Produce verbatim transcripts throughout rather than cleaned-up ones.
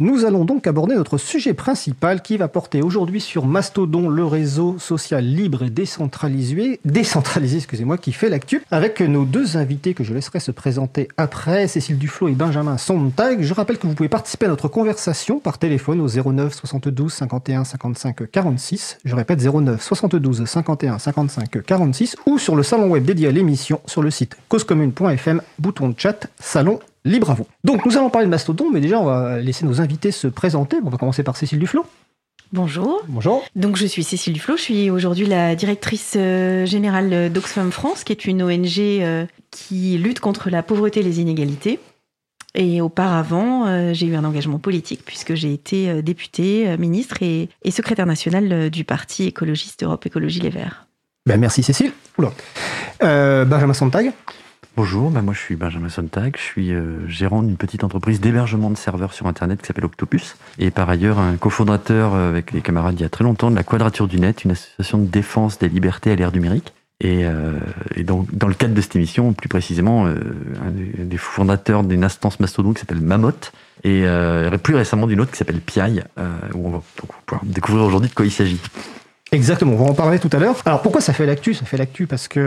Nous allons donc aborder notre sujet principal qui va porter aujourd'hui sur Mastodon, le réseau social libre et décentralisé, décentralisé excusez-moi, qui fait l'actu, avec nos deux invités que je laisserai se présenter après, Cécile Duflot et Benjamin Sontag. Je rappelle que vous pouvez participer à notre conversation par téléphone au zéro neuf soixante-douze cinquante et un cinquante-cinq quarante-six. Je répète zéro neuf soixante-douze cinquante et un cinquante-cinq quarante-six ou sur le salon web dédié à l'émission sur le site causecommune point f m, bouton de chat, salon. Libre à vous. Donc nous allons parler de Mastodon, mais déjà on va laisser nos invités se présenter. On va commencer par Cécile Duflot. Bonjour. Bonjour. Donc je suis Cécile Duflot, je suis aujourd'hui la directrice euh, générale d'Oxfam France, qui est une O N G euh, qui lutte contre la pauvreté et les inégalités. Et auparavant, euh, j'ai eu un engagement politique puisque j'ai été euh, députée, euh, ministre et, et secrétaire nationale euh, du parti écologiste Europe Écologie Les Verts. Ben, merci Cécile. Oula. Euh, Benjamin Sontag. Bonjour, bah moi je suis Benjamin Sontag, je suis euh, gérant d'une petite entreprise d'hébergement de serveurs sur Internet qui s'appelle Octopus, et par ailleurs un cofondateur euh, avec les camarades il y a très longtemps de la Quadrature du Net, une association de défense des libertés à l'ère numérique. Et, euh, et donc dans le cadre de cette émission, plus précisément, euh, un des, des fondateurs d'une instance Mastodon qui s'appelle Mammoth, et euh, plus récemment d'une autre qui s'appelle Piaille, euh, où on va donc, pouvoir découvrir aujourd'hui de quoi il s'agit. Exactement, on va en parler tout à l'heure. Alors pourquoi ça fait l'actu ? Ça fait l'actu parce que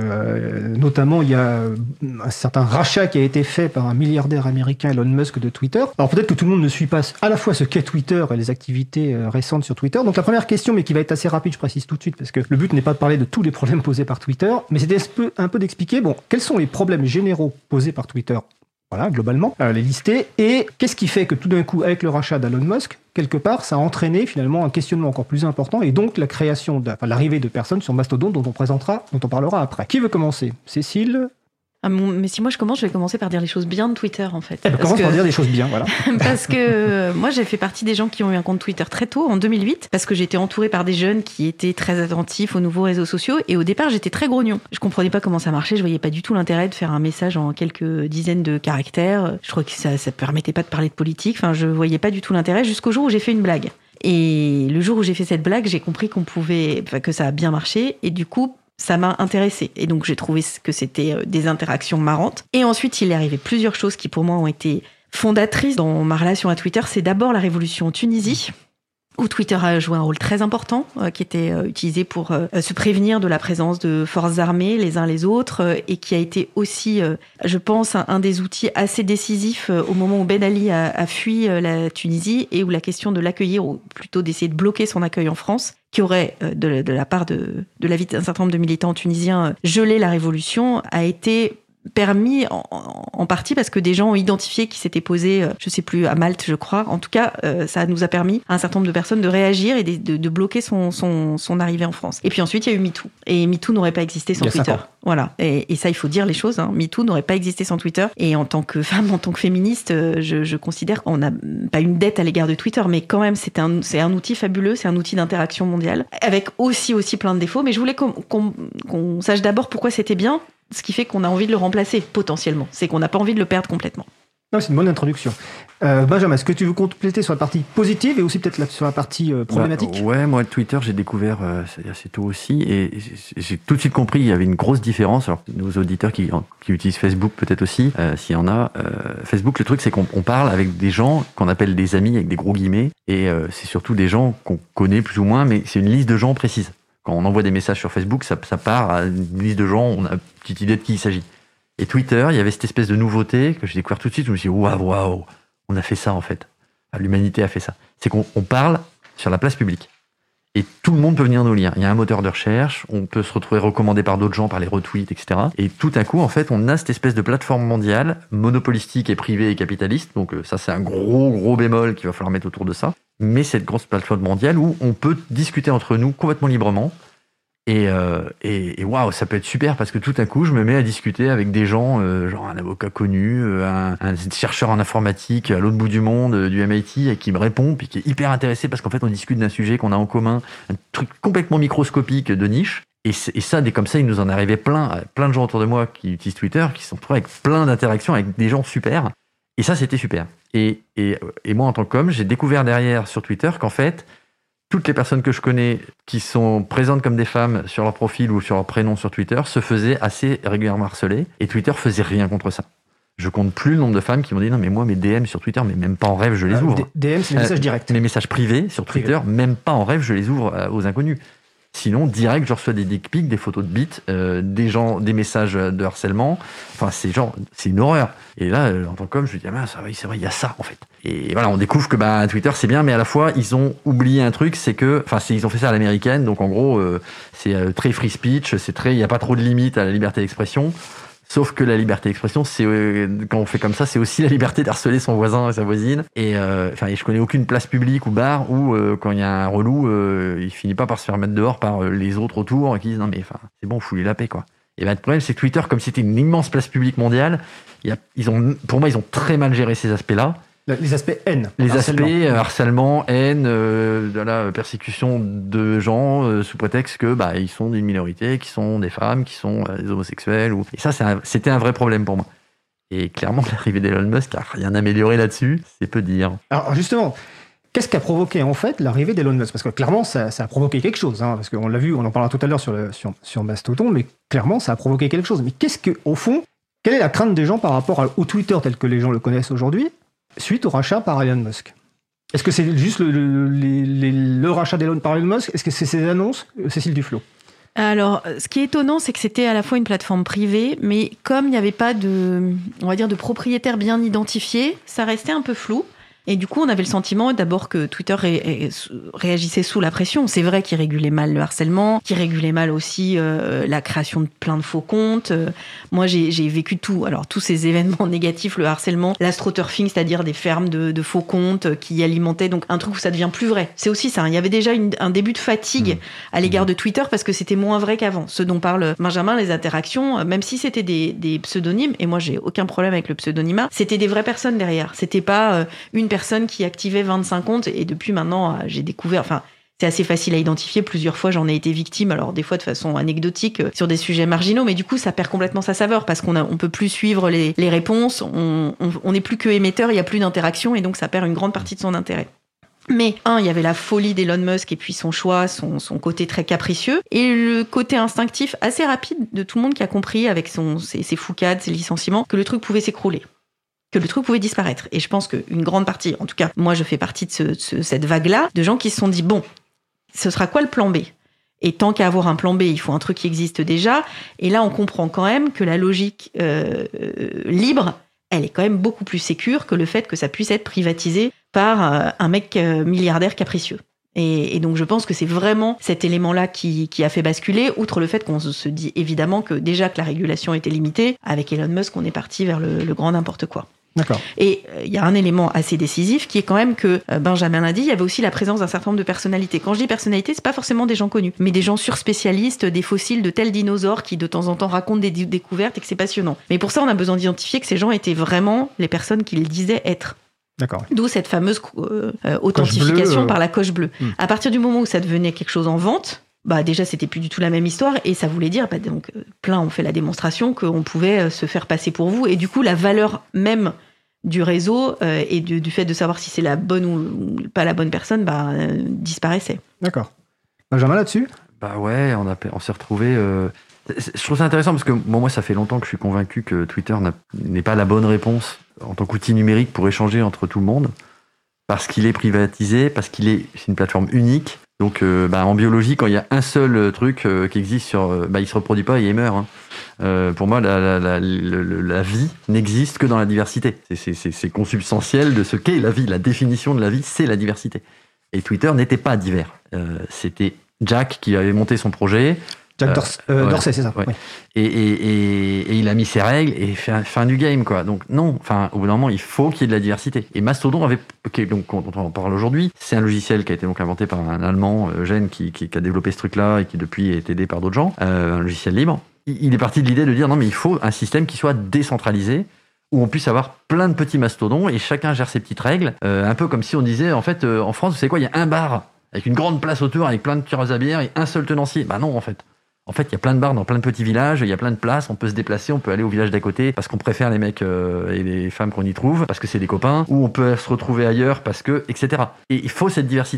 euh, notamment il y a un certain rachat qui a été fait par un milliardaire américain, Elon Musk, de Twitter. Alors peut-être que tout le monde ne suit pas à la fois ce qu'est Twitter et les activités euh, récentes sur Twitter. Donc la première question, mais qui va être assez rapide, je précise tout de suite, parce que le but n'est pas de parler de tous les problèmes posés par Twitter, mais c'était un peu, un peu d'expliquer, bon, quels sont les problèmes généraux posés par Twitter ? Voilà, globalement, euh, les lister. Et qu'est-ce qui fait que tout d'un coup, avec le rachat d'Elon Musk, quelque part, ça a entraîné finalement un questionnement encore plus important et donc la création, de, enfin, l'arrivée de personnes sur Mastodon dont on présentera, dont on parlera après. Qui veut commencer ? Cécile ? Ah, mon, mais si moi je commence, je vais commencer par dire les choses bien de Twitter en fait. Eh ben, commence que... par dire des choses bien, voilà. Parce que euh, moi j'ai fait partie des gens qui ont eu un compte Twitter très tôt, en deux mille huit, parce que j'étais entourée par des jeunes qui étaient très attentifs aux nouveaux réseaux sociaux, et au départ j'étais très grognon. Je comprenais pas comment ça marchait, je voyais pas du tout l'intérêt de faire un message en quelques dizaines de caractères. Je trouvais que ça, ça permettait pas de parler de politique, enfin je voyais pas du tout l'intérêt, jusqu'au jour où j'ai fait une blague. Et le jour où j'ai fait cette blague, j'ai compris qu'on pouvait, enfin, que ça a bien marché, et du coup ça m'a intéressée. Et donc, j'ai trouvé que c'était des interactions marrantes. Et ensuite, il est arrivé plusieurs choses qui, pour moi, ont été fondatrices dans ma relation à Twitter. C'est d'abord la révolution en Tunisie, où Twitter a joué un rôle très important, euh, qui était euh, utilisé pour euh, se prévenir de la présence de forces armées les uns les autres, euh, et qui a été aussi, euh, je pense, un, un des outils assez décisifs euh, au moment où Ben Ali a, a fui euh, la Tunisie, et où la question de l'accueillir, ou plutôt d'essayer de bloquer son accueil en France, qui aurait, euh, de, de la part de, de l'avis d'un certain nombre de militants tunisiens, euh, gelé la révolution, a été permis en, en partie parce que des gens ont identifié qui s'étaient posés, je sais plus, à Malte, je crois. En tout cas, euh, ça nous a permis à un certain nombre de personnes de réagir et de, de, de bloquer son, son, son arrivée en France. Et puis ensuite, il y a eu MeToo. Et MeToo n'aurait pas existé sans Twitter. Voilà. Et, et ça, il faut dire les choses. Hein. MeToo n'aurait pas existé sans Twitter. Et en tant que femme, en tant que féministe, je, je considère qu'on n'a pas une dette à l'égard de Twitter, mais quand même, c'est un, c'est un outil fabuleux, c'est un outil d'interaction mondiale, avec aussi, aussi plein de défauts. Mais je voulais qu'on, qu'on, qu'on sache d'abord pourquoi c'était bien. Ce qui fait qu'on a envie de le remplacer, potentiellement. C'est qu'on n'a pas envie de le perdre complètement. Non, c'est une bonne introduction. Euh, Benjamin, est-ce que tu veux compléter sur la partie positive et aussi peut-être là, sur la partie euh, problématique ? Bah, Ouais, moi, Twitter, j'ai découvert euh, assez tôt aussi, et j'ai tout de suite compris qu'il y avait une grosse différence. Alors, nos auditeurs qui, qui utilisent Facebook, peut-être aussi, euh, s'il y en a. Euh, Facebook, le truc, c'est qu'on on parle avec des gens qu'on appelle des amis, avec des gros guillemets, et euh, c'est surtout des gens qu'on connaît plus ou moins, mais c'est une liste de gens précise. Quand on envoie des messages sur Facebook, ça, ça part à une liste de gens, on a une petite idée de qui il s'agit. Et Twitter, il y avait cette espèce de nouveauté que j'ai découvert tout de suite, je me suis dit, waouh, waouh, on a fait ça en fait. L'humanité a fait ça. C'est qu'on on parle sur la place publique. Et tout le monde peut venir nous lire. Il y a un moteur de recherche, on peut se retrouver recommandé par d'autres gens, par les retweets, et cetera. Et tout à coup, en fait, on a cette espèce de plateforme mondiale, monopolistique et privée et capitaliste. Donc ça, c'est un gros, gros bémol qu'il va falloir mettre autour de ça. Mais cette grosse plateforme mondiale où on peut discuter entre nous complètement librement. Et, euh, et, et waouh, ça peut être super parce que tout à coup, je me mets à discuter avec des gens, euh, genre un avocat connu, euh, un, un chercheur en informatique à l'autre bout du monde, euh, du M I T, et qui me répond, puis qui est hyper intéressé parce qu'en fait, on discute d'un sujet qu'on a en commun, un truc complètement microscopique de niche. Et, et ça, des comme ça, il nous en arrivait plein, plein de gens autour de moi qui utilisent Twitter, qui se sont retrouvés avec plein d'interactions avec des gens super. Et ça, c'était super. Et, et, et moi, en tant qu'homme, j'ai découvert derrière sur Twitter qu'en fait, toutes les personnes que je connais qui sont présentes comme des femmes sur leur profil ou sur leur prénom sur Twitter se faisaient assez régulièrement harceler. Et Twitter faisait rien contre ça. Je compte plus le nombre de femmes qui m'ont dit non mais moi mes D M sur Twitter, mais même pas en rêve je les euh, ouvre. D M, c'est les messages directs. Mes messages privés sur Twitter, Privé. même pas en rêve je les ouvre euh, aux inconnus. Sinon, direct, je reçois des dick pics, des photos de bites, euh, des gens, des messages de harcèlement. Enfin, c'est genre, c'est une horreur. Et là, euh, en tant qu'homme, je me dis, ah ben, ça, c'est vrai, il y a ça, en fait. Et voilà, on découvre que bah, Twitter, c'est bien, mais à la fois, ils ont oublié un truc, c'est que, enfin, c'est, ils ont fait ça à l'américaine, donc en gros, euh, c'est euh, très free speech, c'est très, il n'y a pas trop de limites à la liberté d'expression. Sauf que la liberté d'expression, c'est euh, quand on fait comme ça, c'est aussi la liberté d'harceler son voisin et sa voisine. Et euh, enfin, je connais aucune place publique ou bar où euh, quand il y a un relou, euh, il finit pas par se faire mettre dehors par euh, les autres autour qui disent non mais enfin c'est bon, foutez la paix quoi. Et ben le problème c'est que Twitter, comme c'était une immense place publique mondiale, il y a, ils ont, pour moi, ils ont très mal géré ces aspects-là. Les aspects haine. Les harcèlement. aspects euh, harcèlement, haine, euh, de la persécution de gens euh, sous prétexte que bah ils sont d'une minorité, qui sont des femmes, qui sont euh, des homosexuels. Ou... Et ça, c'est un, c'était un vrai problème pour moi. Et clairement, l'arrivée d'Elon Musk a rien amélioré là-dessus, c'est peu dire. Alors justement, qu'est-ce qui a provoqué en fait l'arrivée d'Elon Musk? Parce que clairement, ça, ça a provoqué quelque chose. Hein, parce qu'on l'a vu, on en parlera tout à l'heure sur, le, sur, sur Mastodon, mais clairement, ça a provoqué quelque chose. Mais qu'est-ce que, au fond, quelle est la crainte des gens par rapport à, au Twitter tel que les gens le connaissent aujourd'hui, suite au rachat par Elon Musk? Est-ce que c'est juste le, le, le, le rachat d'Elon par Elon Musk? Est-ce que c'est ces annonces? Cécile Duflot. Alors, ce qui est étonnant, c'est que c'était à la fois une plateforme privée, mais comme il n'y avait pas de, on va dire, de propriétaire bien identifié, ça restait un peu flou. Et du coup, on avait le sentiment d'abord que Twitter ré- ré- réagissait sous la pression. C'est vrai qu'il régulait mal le harcèlement, qu'il régulait mal aussi euh, la création de plein de faux comptes. Euh, moi, j'ai, j'ai vécu tout. Alors, tous ces événements négatifs, le harcèlement, l'astroturfing, c'est-à-dire des fermes de, de faux comptes qui alimentaient donc un truc où ça devient plus vrai. C'est aussi ça. Il y avait déjà une, un début de fatigue à l'égard de Twitter parce que c'était moins vrai qu'avant. Ce dont parle Benjamin, les interactions, même si c'était des, des pseudonymes, et moi, j'ai aucun problème avec le pseudonymat, c'était des vraies personnes derrière. C'était pas euh, une personne personne qui activait vingt-cinq comptes et depuis maintenant j'ai découvert, enfin c'est assez facile à identifier, plusieurs fois j'en ai été victime, alors des fois de façon anecdotique sur des sujets marginaux, mais du coup ça perd complètement sa saveur parce qu'on a, on peut plus suivre les, les réponses, on, on, on n'est plus que émetteur, il y a plus d'interaction et donc ça perd une grande partie de son intérêt. Mais un, il y avait la folie d'Elon Musk et puis son choix, son, son côté très capricieux et le côté instinctif assez rapide de tout le monde qui a compris avec son, ses, ses foucades, ses licenciements, que le truc pouvait s'écrouler, que le truc pouvait disparaître. Et je pense qu'une grande partie, en tout cas, moi je fais partie de ce, ce, cette vague-là, de gens qui se sont dit, bon, ce sera quoi le plan B? Et tant qu'à avoir un plan B, il faut un truc qui existe déjà. Et là, on comprend quand même que la logique euh, libre, elle est quand même beaucoup plus sécure que le fait que ça puisse être privatisé par euh, un mec euh, milliardaire capricieux. Et, et donc je pense que c'est vraiment cet élément-là qui, qui a fait basculer, outre le fait qu'on se dit évidemment que déjà que la régulation était limitée, avec Elon Musk, on est parti vers le, le grand n'importe quoi. D'accord. Et il euh, y a un élément assez décisif qui est quand même que, euh, Benjamin l'a dit, il y avait aussi la présence d'un certain nombre de personnalités. Quand je dis personnalités, c'est pas forcément des gens connus, mais des gens surspécialistes, des fossiles de tels dinosaures qui de temps en temps racontent des d- découvertes et que c'est passionnant. Mais pour ça, on a besoin d'identifier que ces gens étaient vraiment les personnes qu'ils disaient être. D'accord. D'où cette fameuse euh, euh, authentification bleue, euh... par la coche bleue. Hmm. À partir du moment où ça devenait quelque chose en vente, bah déjà c'était plus du tout la même histoire et ça voulait dire, bah donc euh, plein ont fait la démonstration qu'on pouvait euh, se faire passer pour vous et du coup la valeur même du réseau euh, et du, du fait de savoir si c'est la bonne ou, ou pas la bonne personne, bah euh, disparaissait. D'accord. Benjamin là-dessus? Bah ouais, on a, on s'est retrouvé. Euh... Je trouve ça intéressant parce que bon, moi, ça fait longtemps que je suis convaincu que Twitter n'a, n'est pas la bonne réponse en tant qu'outil numérique pour échanger entre tout le monde, parce qu'il est privatisé, parce qu'il est, c'est une plateforme unique. Donc, euh, bah, en biologie, quand il y a un seul truc euh, qui existe sur, euh, bah, il se reproduit pas et il meurt. Hein. Euh, pour moi, la, la, la, la, la vie n'existe que dans la diversité. C'est, c'est, c'est, c'est consubstantiel de ce qu'est la vie. La définition de la vie, c'est la diversité. Et Twitter n'était pas divers. Euh, c'était Jack qui avait monté son projet. Jack Dorsey, euh, voilà. Dorsey, c'est ça. Ouais. Ouais. Et, et, et, et il a mis ses règles et fait fin du game, quoi. Donc non, enfin, au bout d'un moment, il faut qu'il y ait de la diversité. Et Mastodon avait, okay, donc dont on en parle aujourd'hui, c'est un logiciel qui a été donc inventé par un Allemand, Eugène, qui, qui, qui a développé ce truc-là et qui depuis est aidé par d'autres gens, euh, un logiciel libre. Il est parti de l'idée de dire non, mais il faut un système qui soit décentralisé, où on puisse avoir plein de petits mastodons et chacun gère ses petites règles, euh, un peu comme si on disait, en fait, euh, en France, vous savez quoi, il y a un bar avec une grande place autour, avec plein de tireuses à bière et un seul tenancier. Bah non, en fait. En fait, il y a plein de bars dans plein de petits villages, il y a plein de places, on peut se déplacer, on peut aller au village d'à côté parce qu'on préfère les mecs euh, et les femmes qu'on y trouve, parce que c'est des copains, ou on peut se retrouver ailleurs parce que, et cetera. Et il faut cette diversité.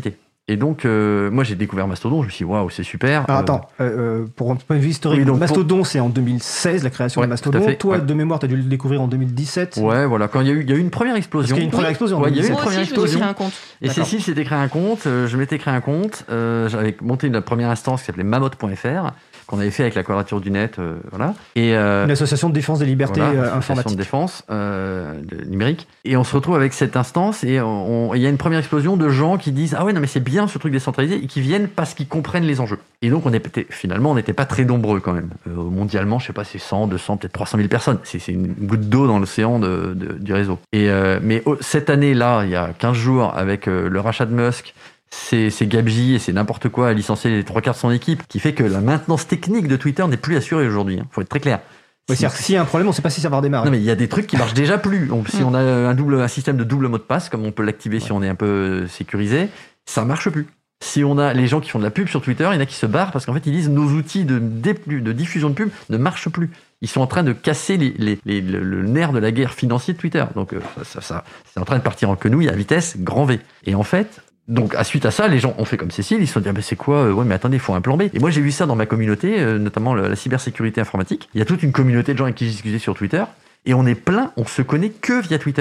Et donc, euh, moi, j'ai découvert Mastodon. Je me suis dit, waouh, c'est super. Alors, Euh, attends, euh, pour un point de vue historique, Oui, donc, Mastodon, pour... c'est en deux mille seize, la création Ouais, de Mastodon. tout à fait, Toi, ouais. de mémoire, tu as dû le découvrir en deux mille dixsept. Ouais, voilà. Quand il y a eu, il y a eu une première explosion. Parce qu'il y a eu une première Oui. explosion en Ouais, il y a eu une Moi première aussi, je me suis explosion. créé un compte. Et D'accord. Cécile s'était créé un compte, euh, je m'étais créé un compte, euh, j'avais monté une première instance qui s'appelait mamotte point f r, qu'on avait fait avec la Quadrature du Net, euh, voilà. Et, euh, Une association de défense des libertés voilà, euh, association informatiques. de défense euh, de numérique. Et on se retrouve avec cette instance et on- il y a une première explosion de gens qui disent « Ah ouais, non mais c'est bien ce truc décentralisé » et qui viennent parce qu'ils comprennent les enjeux. Et donc on était, finalement, on n'était pas très nombreux quand même. Euh, mondialement, je sais pas, c'est cent, deux cents, peut-être trois cent mille personnes. C'est, c'est une goutte d'eau dans l'océan de, de, du réseau. Et, euh, mais oh, cette année-là, il y a quinze jours, avec euh, le rachat de Musk, c'est, c'est Gabji et c'est n'importe quoi à licencier les trois quarts de son équipe, qui fait que la maintenance technique de Twitter n'est plus assurée aujourd'hui. Il hein. faut être très clair. Ouais, Si- c'est-à-dire que s'il y a un problème, on ne sait pas si ça va redémarrer. non mais il y a des trucs qui marchent déjà plus. On- si on a un, double, un système de double mot de passe, comme on peut l'activer si on est un peu sécurisé, ça marche plus. Si on a les gens qui font de la pub sur Twitter, il y en a qui se barrent parce qu'en fait ils disent nos outils de, dé- de diffusion de pub ne marchent plus. Ils sont en train de casser les, les- les- le, le nerf de la guerre financière de Twitter. Donc euh, ça, ça- ça- c'est en train de partir en quenouille à vitesse grand V. Et en fait, donc à suite à ça, les gens ont fait comme Cécile, ils se sont dit ah, ben c'est quoi euh, ouais mais attendez, il faut un plan B. Et moi j'ai vu ça dans ma communauté, euh, notamment le- la cybersécurité informatique. Il y a toute une communauté de gens avec qui j'ai discuté sur Twitter et on est plein, on se connaît que via Twitter.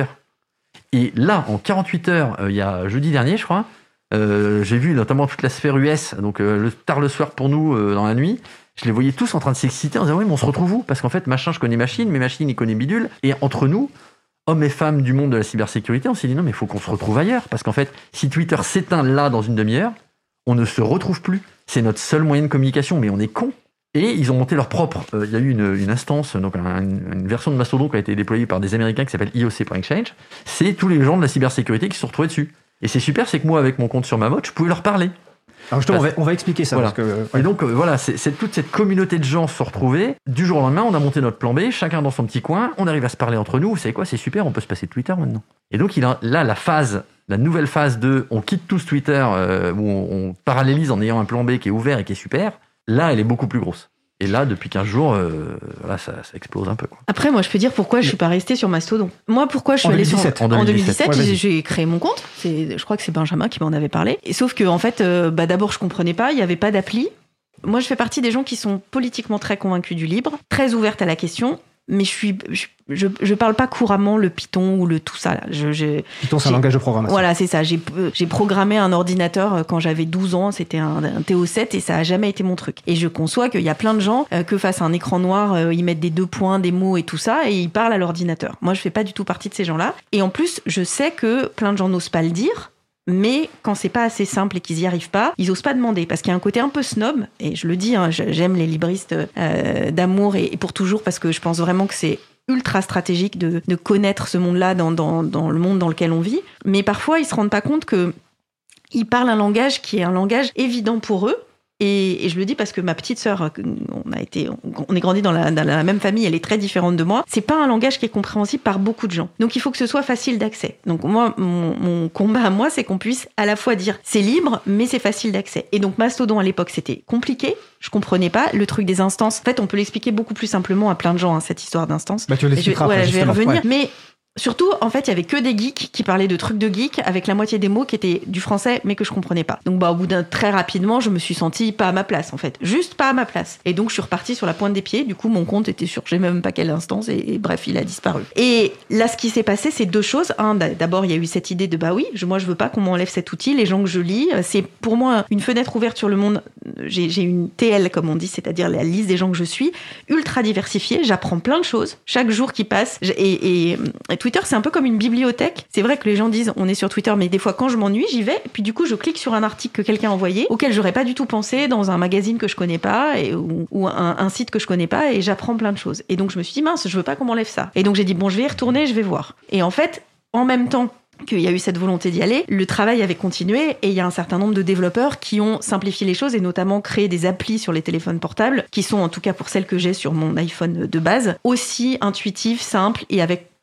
Et là, en quarante-huit heures, euh, il y a jeudi dernier, je crois, euh, j'ai vu notamment toute la sphère U S, donc euh, le, tard le soir pour nous, euh, dans la nuit, je les voyais tous en train de s'exciter en disant oui mais on se retrouve où? Parce qu'en fait machin je connais machine, mais machine il connaît bidule, et entre nous, hommes et femmes du monde de la cybersécurité, on s'est dit non mais il faut qu'on se retrouve ailleurs, parce qu'en fait si Twitter s'éteint là dans une demi-heure, on ne se retrouve plus, c'est notre seul moyen de communication, mais on est con. Et ils ont monté leur propre, euh, il y a eu une, une instance, donc un- une, une version de Mastodon qui a été déployée par des Américains qui s'appelle I O C point exchange, c'est tous les gens de la cybersécurité qui se sont retrouvés dessus. Et c'est super, c'est que moi avec mon compte sur Mamotte, je pouvais leur parler. Alors justement, on va, on va expliquer ça. Voilà. Parce que, Et ouais. donc euh, voilà, c'est, c'est toute cette communauté de gens se retrouver. Du jour au lendemain, on a monté notre plan B, chacun dans son petit coin, on arrive à se parler entre nous. Vous savez quoi, c'est super, on peut se passer de Twitter maintenant. Et donc il a, là, la phase, la nouvelle phase de on quitte tous Twitter, euh, où on, on parallélise en ayant un plan B qui est ouvert et qui est super, là, elle est beaucoup plus grosse. Et là, depuis quinze jours, euh, là, ça, ça explose un peu, quoi. Après, moi, je peux dire pourquoi je suis pas restée sur Mastodon. Moi, pourquoi je suis En allée deux mille dix-sept. sur En deux mille dix-sept, en ouais, vas-y. j'ai, j'ai créé mon compte. C'est, je crois que c'est Benjamin qui m'en avait parlé. Et sauf que, en fait, euh, bah, d'abord, je comprenais pas. Il y avait pas d'appli. Moi, je fais partie des gens qui sont politiquement très convaincus du libre, très ouvertes à la question. Mais je suis, je, je, je parle pas couramment le Python ou le tout ça. Là. Je, je, Python, c'est un j'ai- langage de programmation. Voilà, c'est ça. J'ai, j'ai programmé un ordinateur quand j'avais douze ans. C'était un, un T O sept et ça a jamais été mon truc. Et je conçois qu'il y a plein de gens euh, que face à un écran noir, euh, ils mettent des deux points, des mots et tout ça et ils parlent à l'ordinateur. Moi, je fais pas du tout partie de ces gens-là. Et en plus, je sais que plein de gens n'osent pas le dire. Mais quand c'est pas assez simple et qu'ils y arrivent pas, ils osent pas demander parce qu'il y a un côté un peu snob. Et je le dis, hein, j'aime les libristes euh, d'amour et, et pour toujours parce que je pense vraiment que c'est ultra stratégique de, de connaître ce monde-là dans, dans, dans le monde dans lequel on vit. Mais parfois, ils se rendent pas compte que ils parlent un langage qui est un langage évident pour eux. Et, et je le dis parce que ma petite sœur, on a été, on est grandi dans la, dans la même famille, elle est très différente de moi. C'est pas un langage qui est compréhensible par beaucoup de gens. Donc il faut que ce soit facile d'accès. Donc moi, mon, mon combat à moi, c'est qu'on puisse à la fois dire c'est libre, mais c'est facile d'accès. Et donc Mastodon à l'époque, c'était compliqué. Je comprenais pas le truc des instances. En fait, on peut l'expliquer beaucoup plus simplement à plein de gens, hein, cette histoire d'instances. Bah, tu Et je vais, l'expliqueras voilà, après, je vais y justement. revenir. Ouais. Mais surtout, en fait, il y avait que des geeks qui parlaient de trucs de geeks avec la moitié des mots qui étaient du français, mais que je comprenais pas. Donc, bah, au bout d'un très rapidement, je me suis sentie pas à ma place, en fait. Juste pas à ma place. Et donc, je suis repartie sur la pointe des pieds. Du coup, mon compte était sur, je sais même pas quelle instance, et, et bref, il a disparu. Et là, ce qui s'est passé, c'est deux choses. Un, d'abord, il y a eu cette idée de, bah oui, je, moi, je veux pas qu'on m'enlève cet outil. Les gens que je lis, c'est pour moi une fenêtre ouverte sur le monde. J'ai, j'ai une T L, comme on dit, c'est-à-dire la liste des gens que je suis, ultra diversifiée. J'apprends plein de choses chaque jour qui passe. Et, et, et Twitter, c'est un peu comme une bibliothèque. C'est vrai que les gens disent on est sur Twitter, mais des fois quand je m'ennuie, j'y vais. Et puis du coup, je clique sur un article que quelqu'un a envoyé, auquel j'aurais pas du tout pensé, dans un magazine que je connais pas, et, ou, ou un, un site que je connais pas, et j'apprends plein de choses. Et donc je me suis dit mince, je veux pas qu'on m'enlève ça. Et donc j'ai dit bon, je vais y retourner, je vais voir. Et en fait, en même temps qu'il y a eu cette volonté d'y aller, le travail avait continué et il y a un certain nombre de développeurs qui ont simplifié les choses et notamment créé des applis sur les téléphones portables qui sont, en tout cas pour celles que j'ai sur mon iPhone de base, aussi intuitives, simples et avec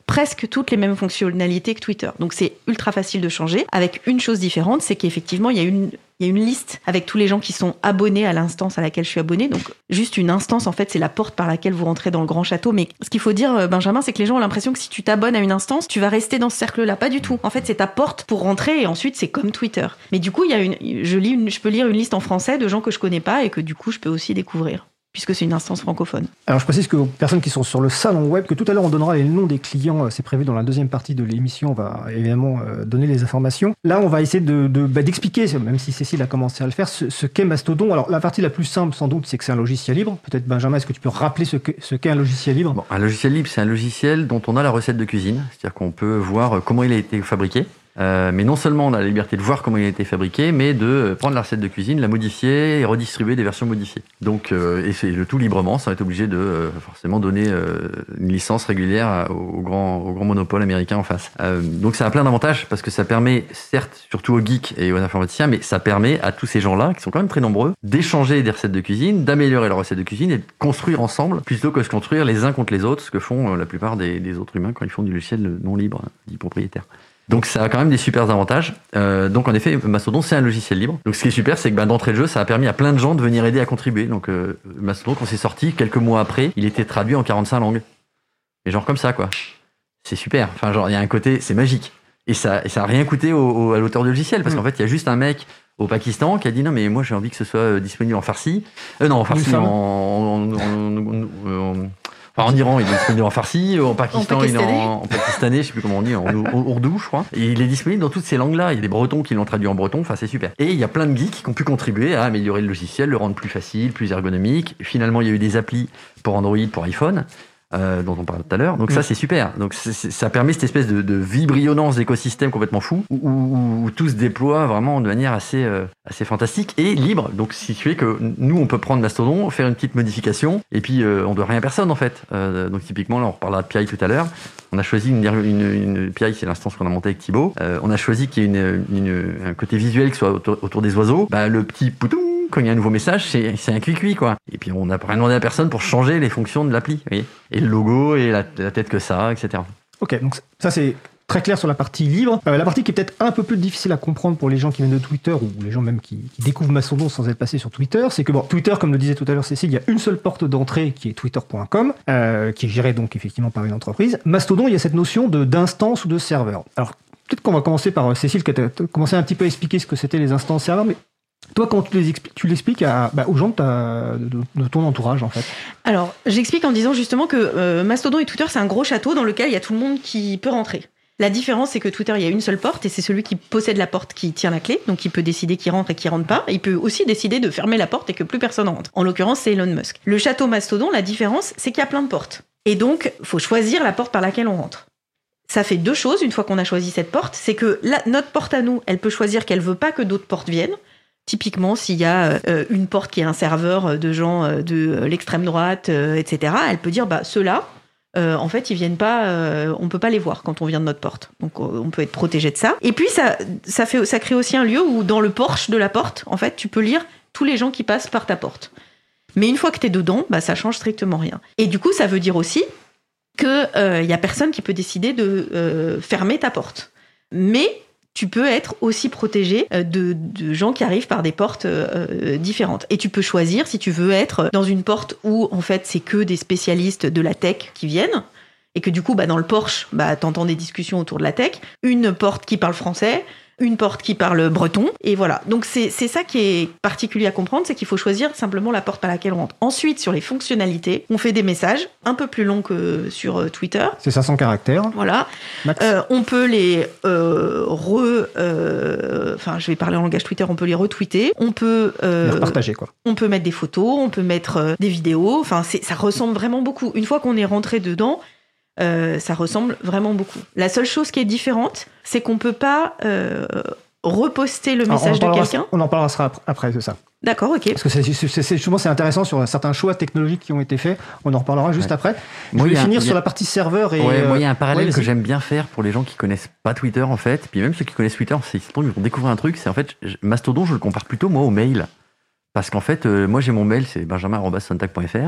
presque toutes les mêmes fonctionnalités que Twitter. Donc c'est ultra facile de changer, avec une chose différente, c'est qu'effectivement, il y a une... Il y a une liste avec tous les gens qui sont abonnés à l'instance à laquelle je suis abonné. Donc, juste une instance, en fait, c'est la porte par laquelle vous rentrez dans le grand château. Mais ce qu'il faut dire, Benjamin, c'est que les gens ont l'impression que si tu t'abonnes à une instance, tu vas rester dans ce cercle-là. Pas du tout. En fait, c'est ta porte pour rentrer et ensuite, c'est comme Twitter. Mais du coup, il y a une, je, lis une, je peux lire une liste en français de gens que je connais pas et que du coup, je peux aussi découvrir, puisque c'est une instance francophone. Alors je précise que aux personnes qui sont sur le salon web, que tout à l'heure on donnera les noms des clients, c'est prévu dans la deuxième partie de l'émission, on va évidemment donner les informations. Là on va essayer de, de, bah, d'expliquer, même si Cécile a commencé à le faire, ce, ce qu'est Mastodon. Alors la partie la plus simple sans doute, c'est que c'est un logiciel libre. Peut-être Benjamin, est-ce que tu peux rappeler ce, que, ce qu'est un logiciel libre ? Bon, un logiciel libre, c'est un logiciel dont on a la recette de cuisine, c'est-à-dire qu'on peut voir comment il a été fabriqué. Euh, mais non seulement on a la liberté de voir comment il a été fabriqué, mais de prendre la recette de cuisine, la modifier et redistribuer des versions modifiées. Donc, euh, et c'est le tout librement, sans être obligé de euh, forcément donner euh, une licence régulière au grand, au grand monopole américain en face. Euh, donc ça a plein d'avantages parce que ça permet, certes, surtout aux geeks et aux informaticiens, mais ça permet à tous ces gens-là, qui sont quand même très nombreux, d'échanger des recettes de cuisine, d'améliorer leurs recettes de cuisine et de construire ensemble, plutôt que de se construire les uns contre les autres, ce que font euh, la plupart des, des autres humains quand ils font du logiciel non libre, dit propriétaire. Donc ça a quand même des super avantages. Euh, donc en effet, Mastodon c'est un logiciel libre. Donc ce qui est super, c'est que bah, d'entrée de jeu, ça a permis à plein de gens de venir aider à contribuer. Donc euh, Mastodon, quand c'est sorti, quelques mois après, il était traduit en quarante-cinq langues. Et genre comme ça, quoi. C'est super. Enfin, genre il y a un côté, c'est magique. Et ça, et ça a rien coûté au, au, à l'auteur du logiciel, parce mmh. qu'en fait, il y a juste un mec au Pakistan qui a dit non mais moi j'ai envie que ce soit disponible en farsi. Euh, non, en farsi, en, en, en, en, en Enfin, en Iran, il est disponible en farsi, en Pakistan, en il est en, en pakistanais, je sais plus comment on dit, en ourdou, je crois. Et il est disponible dans toutes ces langues-là. Il y a des Bretons qui l'ont traduit en breton, enfin, c'est super. Et il y a plein de geeks qui ont pu contribuer à améliorer le logiciel, le rendre plus facile, plus ergonomique. Finalement, il y a eu des applis pour Android, pour iPhone. Euh, dont on parlait tout à l'heure. Donc mmh. ça, c'est super. Donc c'est, c'est, ça permet cette espèce de, de vibrionnance d'écosystème complètement fou, où, où, où tout se déploie vraiment de manière assez, euh, assez fantastique et libre. Donc ce qui fait que nous, on peut prendre Mastodon, faire une petite modification, et puis euh, on doit rien à personne en fait. Euh, donc typiquement, là, on reparlera de P I tout à l'heure. On a choisi une, une, une P I, c'est l'instance qu'on a montée avec Thibaut. Euh, on a choisi qu'il y ait une, une, un côté visuel qui soit autour, autour des oiseaux. Bah, le petit poutou, quand il y a un nouveau message, c'est, c'est un cuicui, quoi. Et puis, on n'a rien demandé à personne pour changer les fonctions de l'appli, vous voyez. Et le logo, et la, la tête que ça, et cetera. Ok, donc ça, c'est très clair sur la partie libre. Euh, la partie qui est peut-être un peu plus difficile à comprendre pour les gens qui viennent de Twitter, ou les gens même qui, qui découvrent Mastodon sans être passés sur Twitter, c'est que, bon, Twitter, comme le disait tout à l'heure Cécile, il y a une seule porte d'entrée qui est twitter point com, euh, qui est gérée donc effectivement par une entreprise. Mastodon, il y a cette notion de, d'instance ou de serveur. Alors, peut-être qu'on va commencer par Cécile, qui a commencé un petit peu à expliquer ce que c'était les instances serveurs, mais toi, comment tu, les expli- tu l'expliques à, bah, aux gens de, ta, de, de ton entourage, en fait? Alors, j'explique en disant justement que euh, Mastodon et Twitter, c'est un gros château dans lequel il y a tout le monde qui peut rentrer. La différence, c'est que Twitter, il y a une seule porte, et c'est celui qui possède la porte qui tient la clé, donc il peut décider qui rentre et qui rentre pas. Il peut aussi décider de fermer la porte et que plus personne rentre. En l'occurrence, c'est Elon Musk. Le château Mastodon, la différence, c'est qu'il y a plein de portes. Et donc, il faut choisir la porte par laquelle on rentre. Ça fait deux choses, une fois qu'on a choisi cette porte, c'est que la, notre porte à nous, elle peut choisir qu'elle veut pas que d'autres portes viennent. Typiquement, s'il y a euh, une porte qui est un serveur de gens euh, de euh, l'extrême droite, euh, et cetera, elle peut dire, bah, ceux-là, euh, en fait, ils viennent pas, euh, on peut pas les voir quand on vient de notre porte. Donc, euh, on peut être protégé de ça. Et puis, ça, ça, fait, ça crée aussi un lieu où, dans le porche de la porte, en fait, tu peux lire tous les gens qui passent par ta porte. Mais une fois que t'es dedans, bah, ça change strictement rien. Et du coup, ça veut dire aussi que euh, y a personne qui peut décider de euh, fermer ta porte. Mais tu peux être aussi protégé de, de gens qui arrivent par des portes euh, différentes. Et tu peux choisir si tu veux être dans une porte où, en fait, c'est que des spécialistes de la tech qui viennent, et que du coup, bah, dans le Porsche, bah, t'entends des discussions autour de la tech, une porte qui parle français, une porte qui parle breton, et voilà. Donc c'est, c'est ça qui est particulier à comprendre, c'est qu'il faut choisir simplement la porte par laquelle on rentre. Ensuite, sur les fonctionnalités, on fait des messages un peu plus longs que sur Twitter. C'est cinq cents caractères. Voilà. Euh, on peut les euh, re... Euh, enfin, je vais parler en langage Twitter, on peut les retweeter. On peut... Euh, les repartager, quoi. On peut mettre des photos, on peut mettre euh, des vidéos. Enfin, c'est, ça ressemble vraiment beaucoup. Une fois qu'on est rentré dedans, Euh, ça ressemble vraiment beaucoup. La seule chose qui est différente, c'est qu'on peut pas euh, reposter le message de quelqu'un. On en parlera après, c'est ça. D'accord, ok. Parce que c'est, c'est, c'est, justement, c'est intéressant sur certains choix technologiques qui ont été faits. On en reparlera juste ouais. après. Je moi, vais finir a, sur a... la partie serveur. Et ouais, euh... moi, il y a un parallèle ouais, que j'aime bien faire pour les gens qui connaissent pas Twitter, en fait. Puis même ceux qui connaissent Twitter, c'est, ils vont découvrir un truc. C'est en fait, Mastodon, je le compare plutôt, moi, au mail. Parce qu'en fait, euh, moi, j'ai mon mail, c'est benjamin arobase sontag point f r.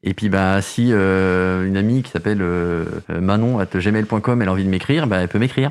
Et puis, bah, si euh, une amie qui s'appelle euh, manon arobase gmail point com, elle a envie de m'écrire, bah, elle peut m'écrire.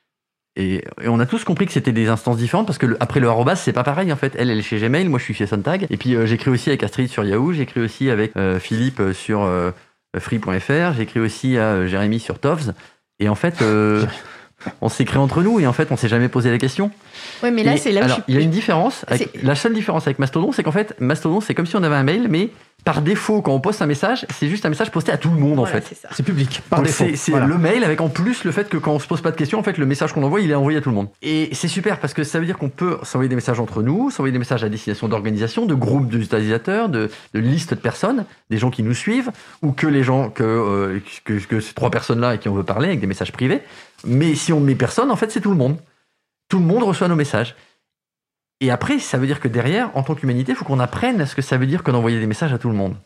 Et, et on a tous compris que c'était des instances différentes parce que le, après le arrobas, c'est pas pareil en fait. Elle, elle est chez Gmail, moi je suis chez Sontag. Et puis euh, j'écris aussi avec Astrid sur Yahoo, j'écris aussi avec euh, Philippe sur euh, free point f r, j'écris aussi à euh, Jérémy sur Tovs. Et en fait, euh, on s'écrit entre nous et en fait, on s'est jamais posé la question. Ouais, mais là, et, c'est là où alors, je suis... il y a une différence. Avec, la seule différence avec Mastodon, c'est qu'en fait, Mastodon, c'est comme si on avait un mail, mais par défaut, quand on poste un message, c'est juste un message posté à tout le monde, voilà, en fait. C'est, ça. C'est public, par Donc défaut. C'est, c'est voilà. le mail avec en plus le fait que quand on se pose pas de questions, en fait, le message qu'on envoie, il est envoyé à tout le monde. Et c'est super parce que ça veut dire qu'on peut s'envoyer des messages entre nous, s'envoyer des messages à destination d'organisations, de groupes d'utilisateurs, de, de listes de personnes, des gens qui nous suivent, ou que les gens, que, euh, que, que ces trois personnes-là à qui on veut parler, avec des messages privés. Mais si on ne met personne, en fait, c'est tout le monde. Tout le monde reçoit nos messages. Et après, ça veut dire que derrière, en tant qu'humanité, il faut qu'on apprenne à ce que ça veut dire que d'envoyer des messages à tout le monde.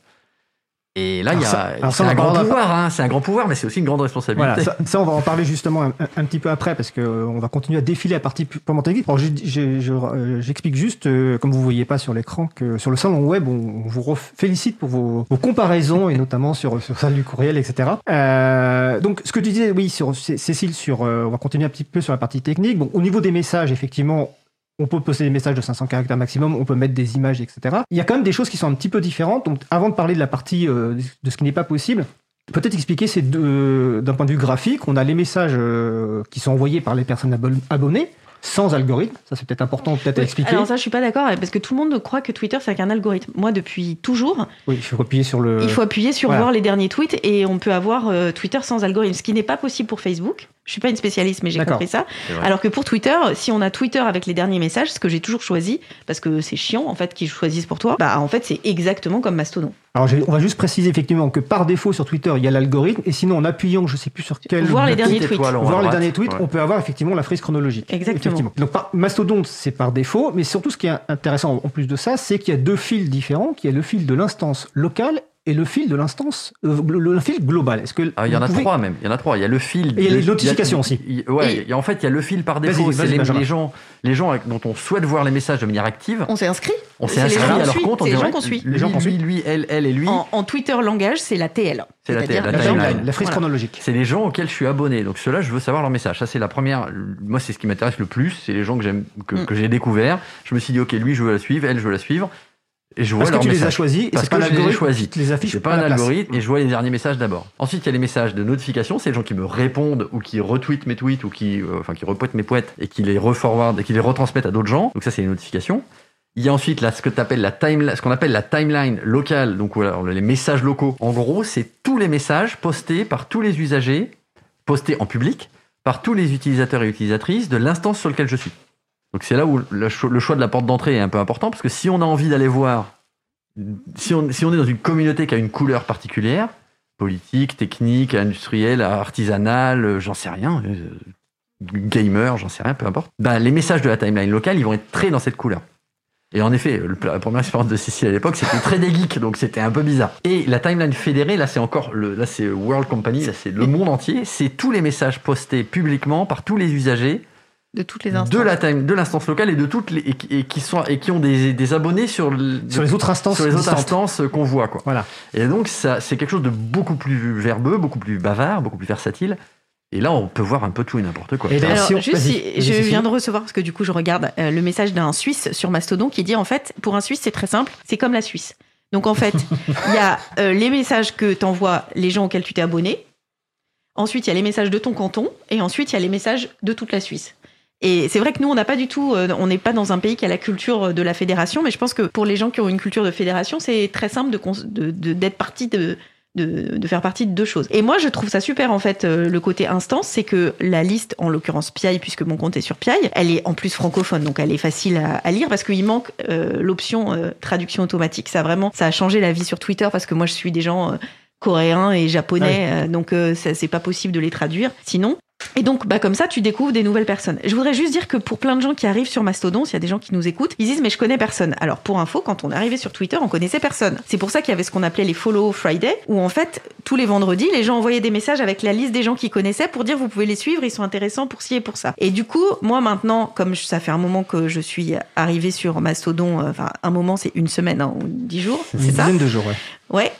Et là, il y a, ça, c'est un grand pouvoir, hein, c'est un grand pouvoir, mais c'est aussi une grande responsabilité. Voilà, ça, ça, on va en parler justement un, un petit peu après, parce qu'on euh, va continuer à défiler la partie purement technique. Alors, j'ai, j'ai, je, euh, j'explique juste, euh, comme vous ne voyez pas sur l'écran, que sur le salon web, on, on vous félicite pour vos, vos comparaisons, et notamment sur, sur celle du courriel, et cetera. Euh, donc, ce que tu disais, oui, sur, Cécile, sur, euh, on va continuer un petit peu sur la partie technique. Bon, au niveau des messages, effectivement, on peut poster des messages de cinq cents caractères maximum, on peut mettre des images, et cetera. Il y a quand même des choses qui sont un petit peu différentes. Donc, avant de parler de la partie euh, de ce qui n'est pas possible, peut-être expliquer c'est de, d'un point de vue graphique, on a les messages euh, qui sont envoyés par les personnes abonnées, sans algorithme. Ça, c'est peut-être important peut-être oui, à expliquer. Alors ça, je suis pas d'accord, parce que tout le monde croit que Twitter, c'est qu'un algorithme. Moi, depuis toujours... Oui, il faut appuyer sur le... Il faut appuyer sur voilà. voir les derniers tweets, et on peut avoir euh, Twitter sans algorithme, ce qui n'est pas possible pour Facebook. Je suis pas une spécialiste, mais j'ai D'accord. compris ça. Alors que pour Twitter, si on a Twitter avec les derniers messages, ce que j'ai toujours choisi, parce que c'est chiant, en fait, qu'ils choisissent pour toi, bah, en fait, c'est exactement comme Mastodon. Alors, on va juste préciser effectivement que par défaut sur Twitter, il y a l'algorithme, et sinon, en appuyant, je sais plus sur quel... Voir les derniers tweets. Voir les derniers tweets, ouais. On peut avoir effectivement la frise chronologique. Exactement. Donc, par, Mastodon, c'est par défaut, mais surtout, ce qui est intéressant en plus de ça, c'est qu'il y a deux fils différents, qu'il y a le fil de l'instance locale et le fil de l'instance, euh, le, le fil global. Est-ce que ah, il y en a pouvez... trois même. Il y en a trois. Il y a le fil. Et il y a les notifications il y a, aussi. Il, ouais. Et... Il y a, en fait, il y a le fil par défaut. Vas-y, c'est vas-y, les, les gens, les gens dont on souhaite voir les messages de manière active. On s'est inscrit. On s'est inscrit à leur compte. C'est les gens qu'on suit. Les gens qu'on suit. Lui, elle, elle et lui. En, en Twitter langage, c'est la T L. C'est la T L, la, la, timeline. la frise voilà. chronologique. C'est les gens auxquels je suis abonné. Donc ceux-là, je veux savoir leurs messages. Ça, c'est la première. Moi, c'est ce qui m'intéresse le plus. C'est les gens que j'aime, que, mm. que j'ai découvert. Je me suis dit, ok, lui, je veux la suivre. Elle, je veux la suivre. Et je vois parce que tu messages. les as choisis, et parce c'est que pas je les ai choisis. Tu les affiches c'est pas un algorithme, et je vois les derniers messages d'abord. Ensuite, il y a les messages de notification, c'est les gens qui me répondent ou qui retweetent mes tweets ou qui, euh, enfin, qui repoètent mes poètes et qui les reforwardent et qui les retransmettent à d'autres gens. Donc ça, c'est les notifications. Il y a ensuite là ce que t'appelles la time, ce qu'on appelle la timeline locale, donc alors, les messages locaux. En gros, c'est tous les messages postés par tous les usagers, postés en public, par tous les utilisateurs et utilisatrices de l'instance sur laquelle je suis. Donc c'est là où le choix de la porte d'entrée est un peu important, parce que si on a envie d'aller voir Si on, si on est dans une communauté qui a une couleur particulière, politique, technique, industrielle, artisanale, j'en sais rien, euh, gamer, j'en sais rien, peu importe, ben, les messages de la timeline locale, ils vont être très dans cette couleur. Et en effet, le, la première expérience de Cécile à l'époque, c'était très des geeks, donc c'était un peu bizarre. Et la timeline fédérée, là c'est encore, le, là c'est World Company, là c'est le monde entier, c'est tous les messages postés publiquement par tous les usagers, de toutes les instances, de la time, de l'instance locale et de toutes les et, et qui sont et qui ont des, des abonnés sur le, sur les autres instances sur les autres instances qu'on voit quoi. Voilà. Et donc ça c'est quelque chose de beaucoup plus verbeux, beaucoup plus bavard, beaucoup plus versatile. Et là, on peut voir un peu tout et n'importe quoi. Et alors, juste, si, je viens de recevoir, parce que du coup, je regarde euh, le message d'un Suisse sur Mastodon qui dit, en fait, pour un Suisse, c'est très simple, c'est comme la Suisse. Donc, en fait, il y a euh, les messages que t'envoient les gens auxquels tu t'es abonné. Ensuite, il y a les messages de ton canton. Et ensuite, il y a les messages de toute la Suisse. Et c'est vrai que nous, on n'a pas du tout, euh, on n'est pas dans un pays qui a la culture de la fédération, mais je pense que pour les gens qui ont une culture de fédération, c'est très simple de, de, de, d'être partie de, de, de faire partie de deux choses. Et moi, je trouve ça super, en fait, euh, le côté instance, c'est que la liste, en l'occurrence Piaille, puisque mon compte est sur Piaille, elle est en plus francophone, donc elle est facile à, à lire, parce qu'il manque euh, l'option euh, traduction automatique. Ça, vraiment, ça a changé la vie sur Twitter, parce que moi, je suis des gens euh, coréens et japonais, ah oui. euh, donc euh, ça, c'est pas possible de les traduire, sinon. Et donc, bah, comme ça, tu découvres des nouvelles personnes. Je voudrais juste dire que pour plein de gens qui arrivent sur Mastodon, s'il y a des gens qui nous écoutent, ils disent, mais je connais personne. Alors, pour info, quand on est arrivé sur Twitter, on connaissait personne. C'est pour ça qu'il y avait ce qu'on appelait les Follow Friday, où en fait, tous les vendredis, les gens envoyaient des messages avec la liste des gens qu'ils connaissaient pour dire, vous pouvez les suivre, ils sont intéressants pour ci et pour ça. Et du coup, moi, maintenant, comme ça fait un moment que je suis arrivée sur Mastodon, enfin, un moment, c'est une semaine, hein, ou dix jours, c'est ça? Une dizaine de jours, ouais. Ouais.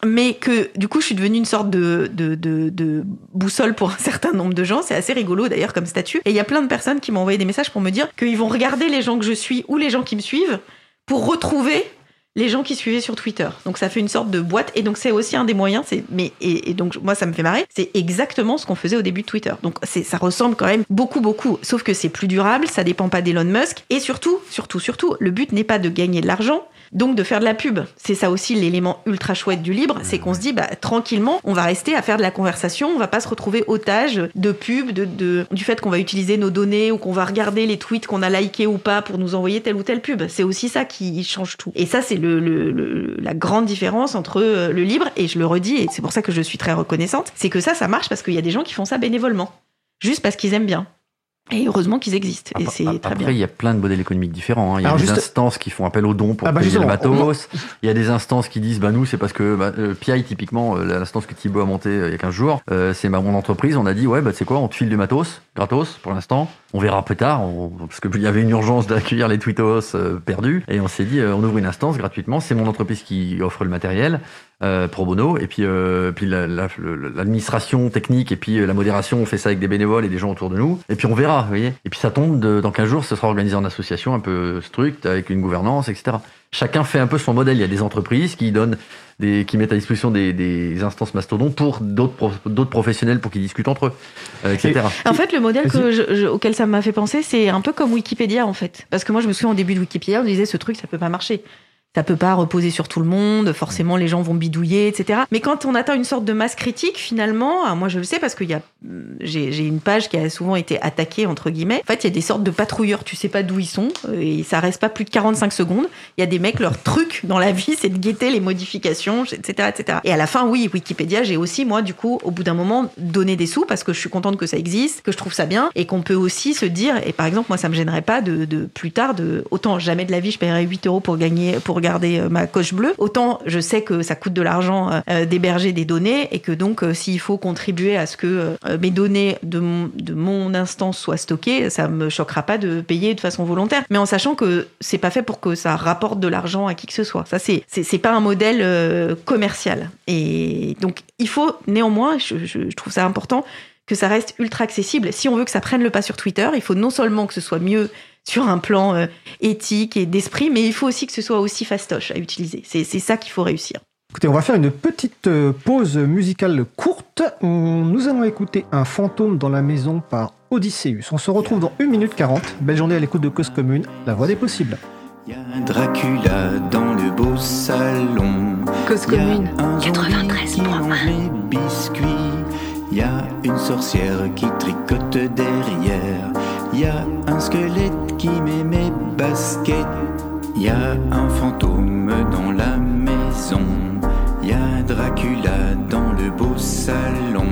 mais que du coup je suis devenue une sorte de, de, de, de boussole pour un certain nombre de gens. C'est assez rigolo d'ailleurs comme statut. Et il y a plein de personnes qui m'ont envoyé des messages pour me dire qu'ils vont regarder les gens que je suis ou les gens qui me suivent pour retrouver les gens qui suivaient sur Twitter. Donc ça fait une sorte de boîte, et donc c'est aussi un des moyens. C'est, mais, et, et donc moi ça me fait marrer, c'est exactement ce qu'on faisait au début de Twitter. Donc c'est, ça ressemble quand même beaucoup, beaucoup. Sauf que c'est plus durable, ça dépend pas d'Elon Musk, et surtout, surtout, surtout, le but n'est pas de gagner de l'argent, donc de faire de la pub. C'est ça aussi l'élément ultra chouette du libre, c'est qu'on se dit, bah, tranquillement, on va rester à faire de la conversation, on va pas se retrouver otage de pub, de, de, du fait qu'on va utiliser nos données ou qu'on va regarder les tweets qu'on a likés ou pas pour nous envoyer telle ou telle pub. C'est aussi ça qui change tout. Et ça, c'est le, le, le, la grande différence entre le libre, et je le redis, et c'est pour ça que je suis très reconnaissante, c'est que ça, ça marche parce qu'il y a des gens qui font ça bénévolement, juste parce qu'ils aiment bien. Et heureusement qu'ils existent. Et après, c'est très après, bien. il y a plein de modèles économiques différents. Hein. Il y a Alors des juste... instances qui font appel aux dons pour ah bah payer le matos. On... Il y a des instances qui disent, bah nous, c'est parce que bah, euh, P I, typiquement, euh, l'instance que Thibaut a montée euh, il y a quinze jours, euh, c'est bah, mon entreprise. On a dit, ouais, bah c'est quoi, on te file du matos, gratos, pour l'instant. On verra plus tard, on... parce qu'il y avait une urgence d'accueillir les tweetos euh, perdus. Et on s'est dit, euh, on ouvre une instance gratuitement. C'est mon entreprise qui offre le matériel. Euh, pro bono, et puis, euh, puis la, la, l'administration technique et puis la modération, on fait ça avec des bénévoles et des gens autour de nous, et puis on verra, vous voyez. Et puis ça tombe, de, dans quinze jours, ce sera organisé en association un peu structe, avec une gouvernance, et cetera. Chacun fait un peu son modèle. Il y a des entreprises qui donnent des, qui mettent à disposition des, des instances mastodons pour d'autres, pro, d'autres professionnels pour qu'ils discutent entre eux, euh, et cetera. En fait, le modèle que je, je, auquel ça m'a fait penser, c'est un peu comme Wikipédia, en fait. Parce que moi, je me souviens au début de Wikipédia, on disait ce truc, ça peut pas marcher. Ça peut pas reposer sur tout le monde, forcément les gens vont bidouiller, et cetera. Mais quand on atteint une sorte de masse critique, finalement, moi je le sais parce que y a, j'ai, j'ai une page qui a souvent été attaquée, entre guillemets. En fait, il y a des sortes de patrouilleurs, tu sais pas d'où ils sont, et ça reste pas plus de quarante-cinq secondes. Il y a des mecs, leur truc dans la vie, c'est de guetter les modifications, et cetera, et cetera. Et à la fin, oui, Wikipédia, j'ai aussi, moi, du coup, au bout d'un moment, donné des sous parce que je suis contente que ça existe, que je trouve ça bien, et qu'on peut aussi se dire, et par exemple, moi ça me gênerait pas de, de plus tard, de, autant jamais de la vie je paierais huit euros pour gagner, pour regarder ma coche bleue, autant je sais que ça coûte de l'argent euh, d'héberger des données, et que donc euh, s'il faut contribuer à ce que euh, mes données de mon, de mon instance soient stockées, ça me choquera pas de payer de façon volontaire, mais en sachant que c'est pas fait pour que ça rapporte de l'argent à qui que ce soit. Ça c'est c'est, c'est pas un modèle euh, commercial, et donc il faut néanmoins, je, je, je trouve ça important que ça reste ultra accessible. Si on veut que ça prenne le pas sur Twitter, il faut non seulement que ce soit mieux sur un plan euh, éthique et d'esprit, mais il faut aussi que ce soit aussi fastoche à utiliser. C'est, c'est ça qu'il faut réussir. Écoutez, on va faire une petite pause musicale courte. Nous allons écouter Un fantôme dans la maison par Odysseus. On se retrouve dans une minute quarante. Belle journée à l'écoute de Cause Commune, la voix des possibles. Il y a un Dracula dans le beau salon. Cause Commune, quatre-vingt-treize point un. Les biscuits. Il y a une sorcière qui tricote derrière. Il y a un squelette qui met mes baskets. Il y a un fantôme dans la maison. Il y a Dracula dans le beau salon.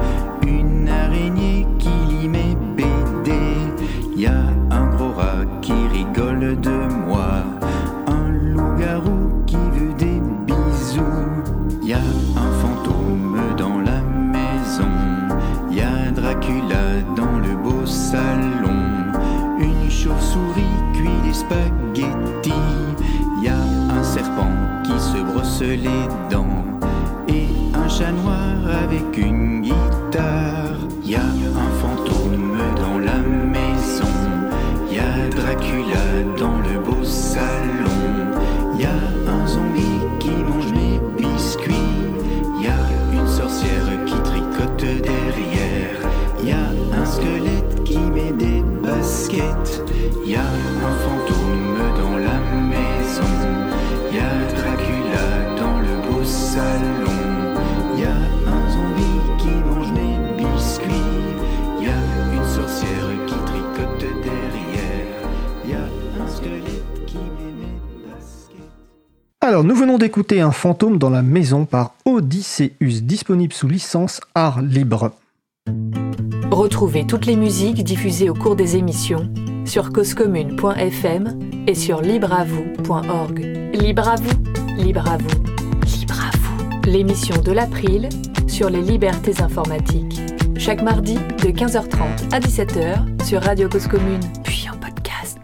Une araignée qui lit mes B D. Il y a un gros rat qui rigole de moi. Un loup-garou qui veut des bisous. Il y a un fantôme dans la maison. Il y a Dracula dans le beau salon. Une chauve-souris cuit des spaghettis. Il y a un serpent qui se brosse les dents. Et un chat noir avec une guitare. Il y a un fantôme dans la maison. Il y a Dracula dans le beau salon. Il y a un zombie qui mange mes biscuits. Il y a une sorcière qui tricote derrière. Il y a un squelette qui met des baskets. Il y a un fantôme dans la maison. Il y a Dracula dans le beau salon. Il y a un zombie qui mange mes biscuits. Il y a une sorcière qui tricote derrière. Il y a un squelette qui met mes baskets. Alors, nous venons d'écouter Un fantôme dans la maison par Odysseus, disponible sous licence Art Libre. Retrouvez toutes les musiques diffusées au cours des émissions sur cause commune point f m et sur libre à vous point org. Libre à vous, libre à vous, libre à vous. L'émission de l'April sur les libertés informatiques. Chaque mardi de quinze heures trente à dix-sept heures sur Radio Cause Commune, puis en podcast.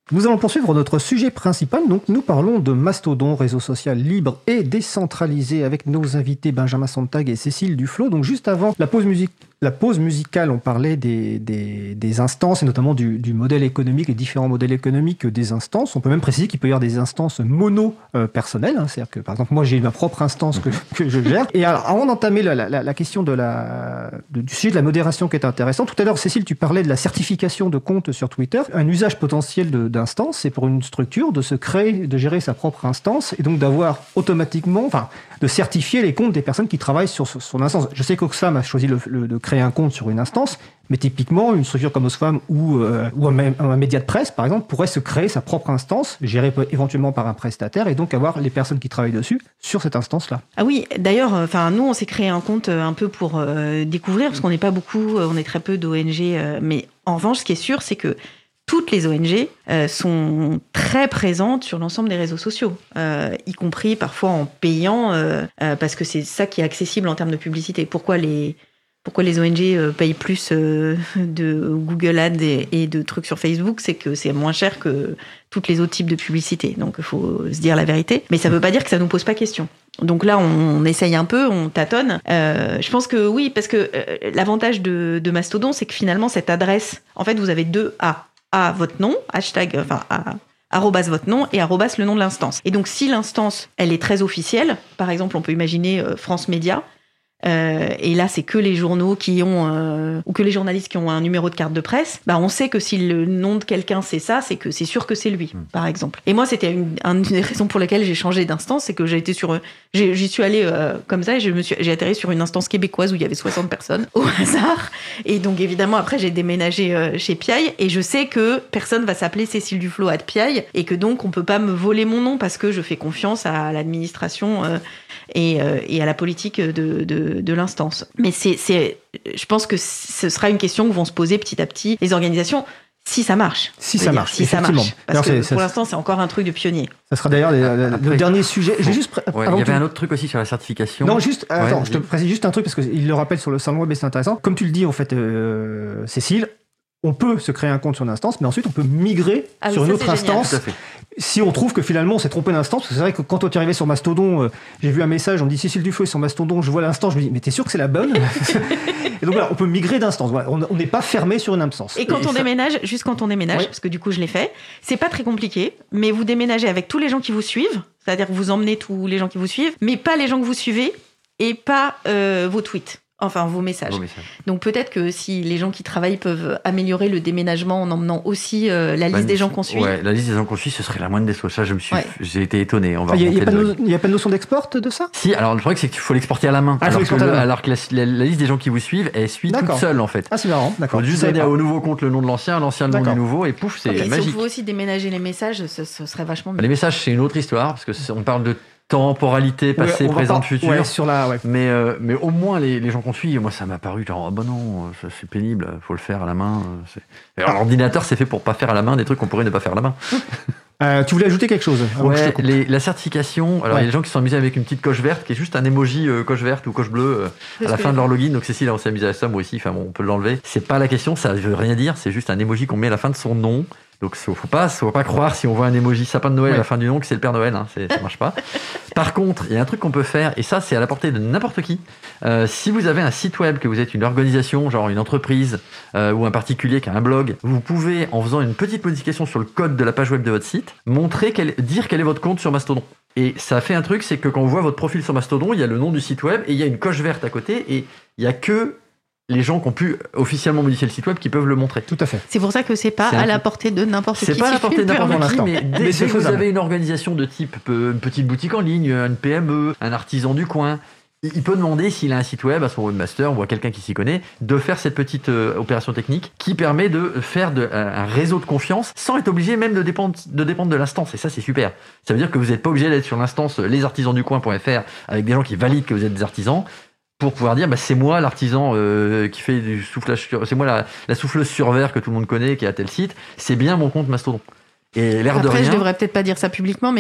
Nous allons poursuivre notre sujet principal. Donc, nous parlons de Mastodon, réseau social libre et décentralisé, avec nos invités Benjamin Sontag et Cécile Duflot. Donc, juste avant la pause musique. La pause musicale, on parlait des, des, des instances et notamment du, du modèle économique, les différents modèles économiques des instances. On peut même préciser qu'il peut y avoir des instances mono-personnelles. Hein, c'est-à-dire que, par exemple, moi, j'ai ma propre instance que, que je gère. Et alors, avant d'entamer la, la, la question de la, de, du sujet de la modération qui est intéressant, tout à l'heure, Cécile, tu parlais de la certification de compte sur Twitter. Un usage potentiel de, d'instance, c'est pour une structure de se créer, de gérer sa propre instance et donc d'avoir automatiquement, enfin, de certifier les comptes des personnes qui travaillent sur son instance. Je sais qu'Oxfam a choisi le, le, de créer un compte sur une instance, mais typiquement, une structure comme Oxfam ou, euh, ou un, un média de presse, par exemple, pourrait se créer sa propre instance, gérée éventuellement par un prestataire, et donc avoir les personnes qui travaillent dessus sur cette instance-là. Ah oui, d'ailleurs, enfin, nous, on s'est créé un compte un peu pour euh, découvrir, parce qu'on n'est pas beaucoup, on est très peu d'O N G, euh, mais en revanche, ce qui est sûr, c'est que toutes les O N G euh, sont très présentes sur l'ensemble des réseaux sociaux, euh, y compris parfois en payant, euh, euh, parce que c'est ça qui est accessible en termes de publicité. Pourquoi les, pourquoi les O N G euh, payent plus euh, de Google Ads et, et de trucs sur Facebook? C'est que c'est moins cher que tous les autres types de publicité. Donc, il faut se dire la vérité. Mais ça ne veut pas dire que ça ne nous pose pas question. Donc là, on, on essaye un peu, on tâtonne. Euh, je pense que oui, parce que euh, l'avantage de, de Mastodon, c'est que finalement, cette adresse, en fait, vous avez deux A. A, votre nom, hashtag, enfin, à, arrobas votre nom et arrobas le nom de l'instance. Et donc, si l'instance, elle est très officielle, par exemple, on peut imaginer euh, France Média, euh, et là, c'est que les journaux qui ont, euh, ou que les journalistes qui ont un numéro de carte de presse, bah, on sait que si le nom de quelqu'un c'est ça, c'est que c'est sûr que c'est lui, mmh. par exemple. Et moi, c'était une, une des raisons pour lesquelles j'ai changé d'instance, c'est que j'ai été sur, j'ai, j'y suis allée euh, comme ça, et je me suis, j'ai atterri sur une instance québécoise où il y avait soixante personnes au hasard. Et donc, évidemment, après, j'ai déménagé euh, chez Piaille, et je sais que personne va s'appeler Cécile Duflot à Piaille, et que donc, on peut pas me voler mon nom parce que je fais confiance à l'administration euh, et, euh, et à la politique de, de de l'instance. Mais c'est, c'est, je pense que ce sera une question que vont se poser petit à petit les organisations, si ça marche. Si ça marche, si ça marche. Parce alors, que pour l'instant, c'est encore un truc de pionnier. Ça sera d'ailleurs les, Après, le dernier sujet. J'ai juste pré- ouais, il y avait un autre truc aussi sur la certification. Non, juste, attends, ouais, je te précise juste un truc parce qu'il le rappelle sur le salon web et c'est intéressant. Comme tu le dis, en fait, euh, Cécile, on peut se créer un compte sur une instance, mais ensuite on peut migrer ah sur oui, une ça, autre instance. Si on trouve que finalement on s'est trompé d'instance, parce que c'est vrai que quand on est arrivé sur Mastodon, euh, j'ai vu un message, on me dit Cécile Duflot est sur Mastodon, je vois l'instance, je me dis mais t'es sûr que c'est la bonne? Et donc voilà, on peut migrer d'instance. Voilà, on n'est pas fermé sur une instance. Et quand et on ça... déménage, juste quand on déménage, oui. parce que du coup je l'ai fait, c'est pas très compliqué, mais vous déménagez avec tous les gens qui vous suivent, c'est-à-dire que vous emmenez tous les gens qui vous suivent, mais pas les gens que vous suivez et pas euh, vos tweets. Enfin, vos messages. vos messages. Donc peut-être que si les gens qui travaillent peuvent améliorer le déménagement en emmenant aussi euh, la liste bah, des gens qu'on suit. Ouais, la liste des gens qu'on suit, ce serait la moindre des choses. Ça, je me suis, ouais. j'ai été étonné. On va il n'y a, a, no... a pas de notion d'export de ça? Si, alors le problème c'est qu'il faut l'exporter à la main. Ah, alors, que le, à la main. alors que la, la, la liste des gens qui vous suivent, elle suit d'accord. toute seule en fait. Ah, c'est marrant. D'accord. Il faut juste donner au nouveau compte le nom de l'ancien, l'ancien le nom du nouveau, et pouf, c'est okay, magique. Si on pouvait aussi déménager les messages, ce, ce serait vachement mieux. Les messages, c'est une autre histoire parce que on parle de temporalité, passé, ouais, présent, futur. Ouais, sur la, ouais. Mais, euh, mais au moins, les, les gens qu'on suit, moi, ça m'a paru genre, oh, bah non, c'est pénible, faut le faire à la main. Alors, l'ordinateur, c'est fait pour pas faire à la main des trucs qu'on pourrait ne pas faire à la main. Euh, tu voulais ajouter quelque chose? Ouais, les, la certification. Alors, il ouais. y a des gens qui se sont amusés avec une petite coche verte, qui est juste un emoji euh, coche verte ou coche bleue euh, à la fin de leur login. Donc, Cécile, on s'est amusé à ça, moi aussi. Enfin, bon, on peut l'enlever. C'est pas la question, ça veut rien dire. C'est juste un emoji qu'on met à la fin de son nom. Donc, faut pas, faut pas croire si on voit un emoji sapin de Noël ouais. à la fin du nom que c'est le Père Noël. Hein, c'est, ça marche pas. Par contre, il y a un truc qu'on peut faire, et ça, c'est à la portée de n'importe qui. Euh, si vous avez un site web, que vous êtes une organisation, genre une entreprise euh, ou un particulier qui a un blog, vous pouvez, en faisant une petite modification sur le code de la page web de votre site, montrer quel, dire quel est votre compte sur Mastodon. Et ça fait un truc, c'est que quand on voit votre profil sur Mastodon, il y a le nom du site web et il y a une coche verte à côté, et il y a que les gens qui ont pu officiellement modifier le site web qui peuvent le montrer. Tout à fait. C'est pour ça que c'est pas c'est à la portée de n'importe c'est qui. C'est pas à la portée de n'importe qui, mais dès, mais dès que vous avez une organisation de type une petite boutique en ligne, une P M E, un artisan du coin, il peut demander s'il a un site web à son webmaster ou à quelqu'un qui s'y connaît de faire cette petite euh, opération technique qui permet de faire de, euh, un réseau de confiance sans être obligé même de dépendre de, dépendre de l'instance. Et ça, c'est super. Ça veut dire que vous n'êtes pas obligé d'être sur l'instance les artisans du coin point f r avec des gens qui valident que vous êtes des artisans, pour pouvoir dire bah, c'est moi l'artisan euh, qui fait du soufflage sur... c'est moi la, la souffleuse sur verre que tout le monde connaît qui est à tel site, c'est bien mon compte Mastodon. Et l'air Après, de rien... je devrais peut-être pas dire ça publiquement, mais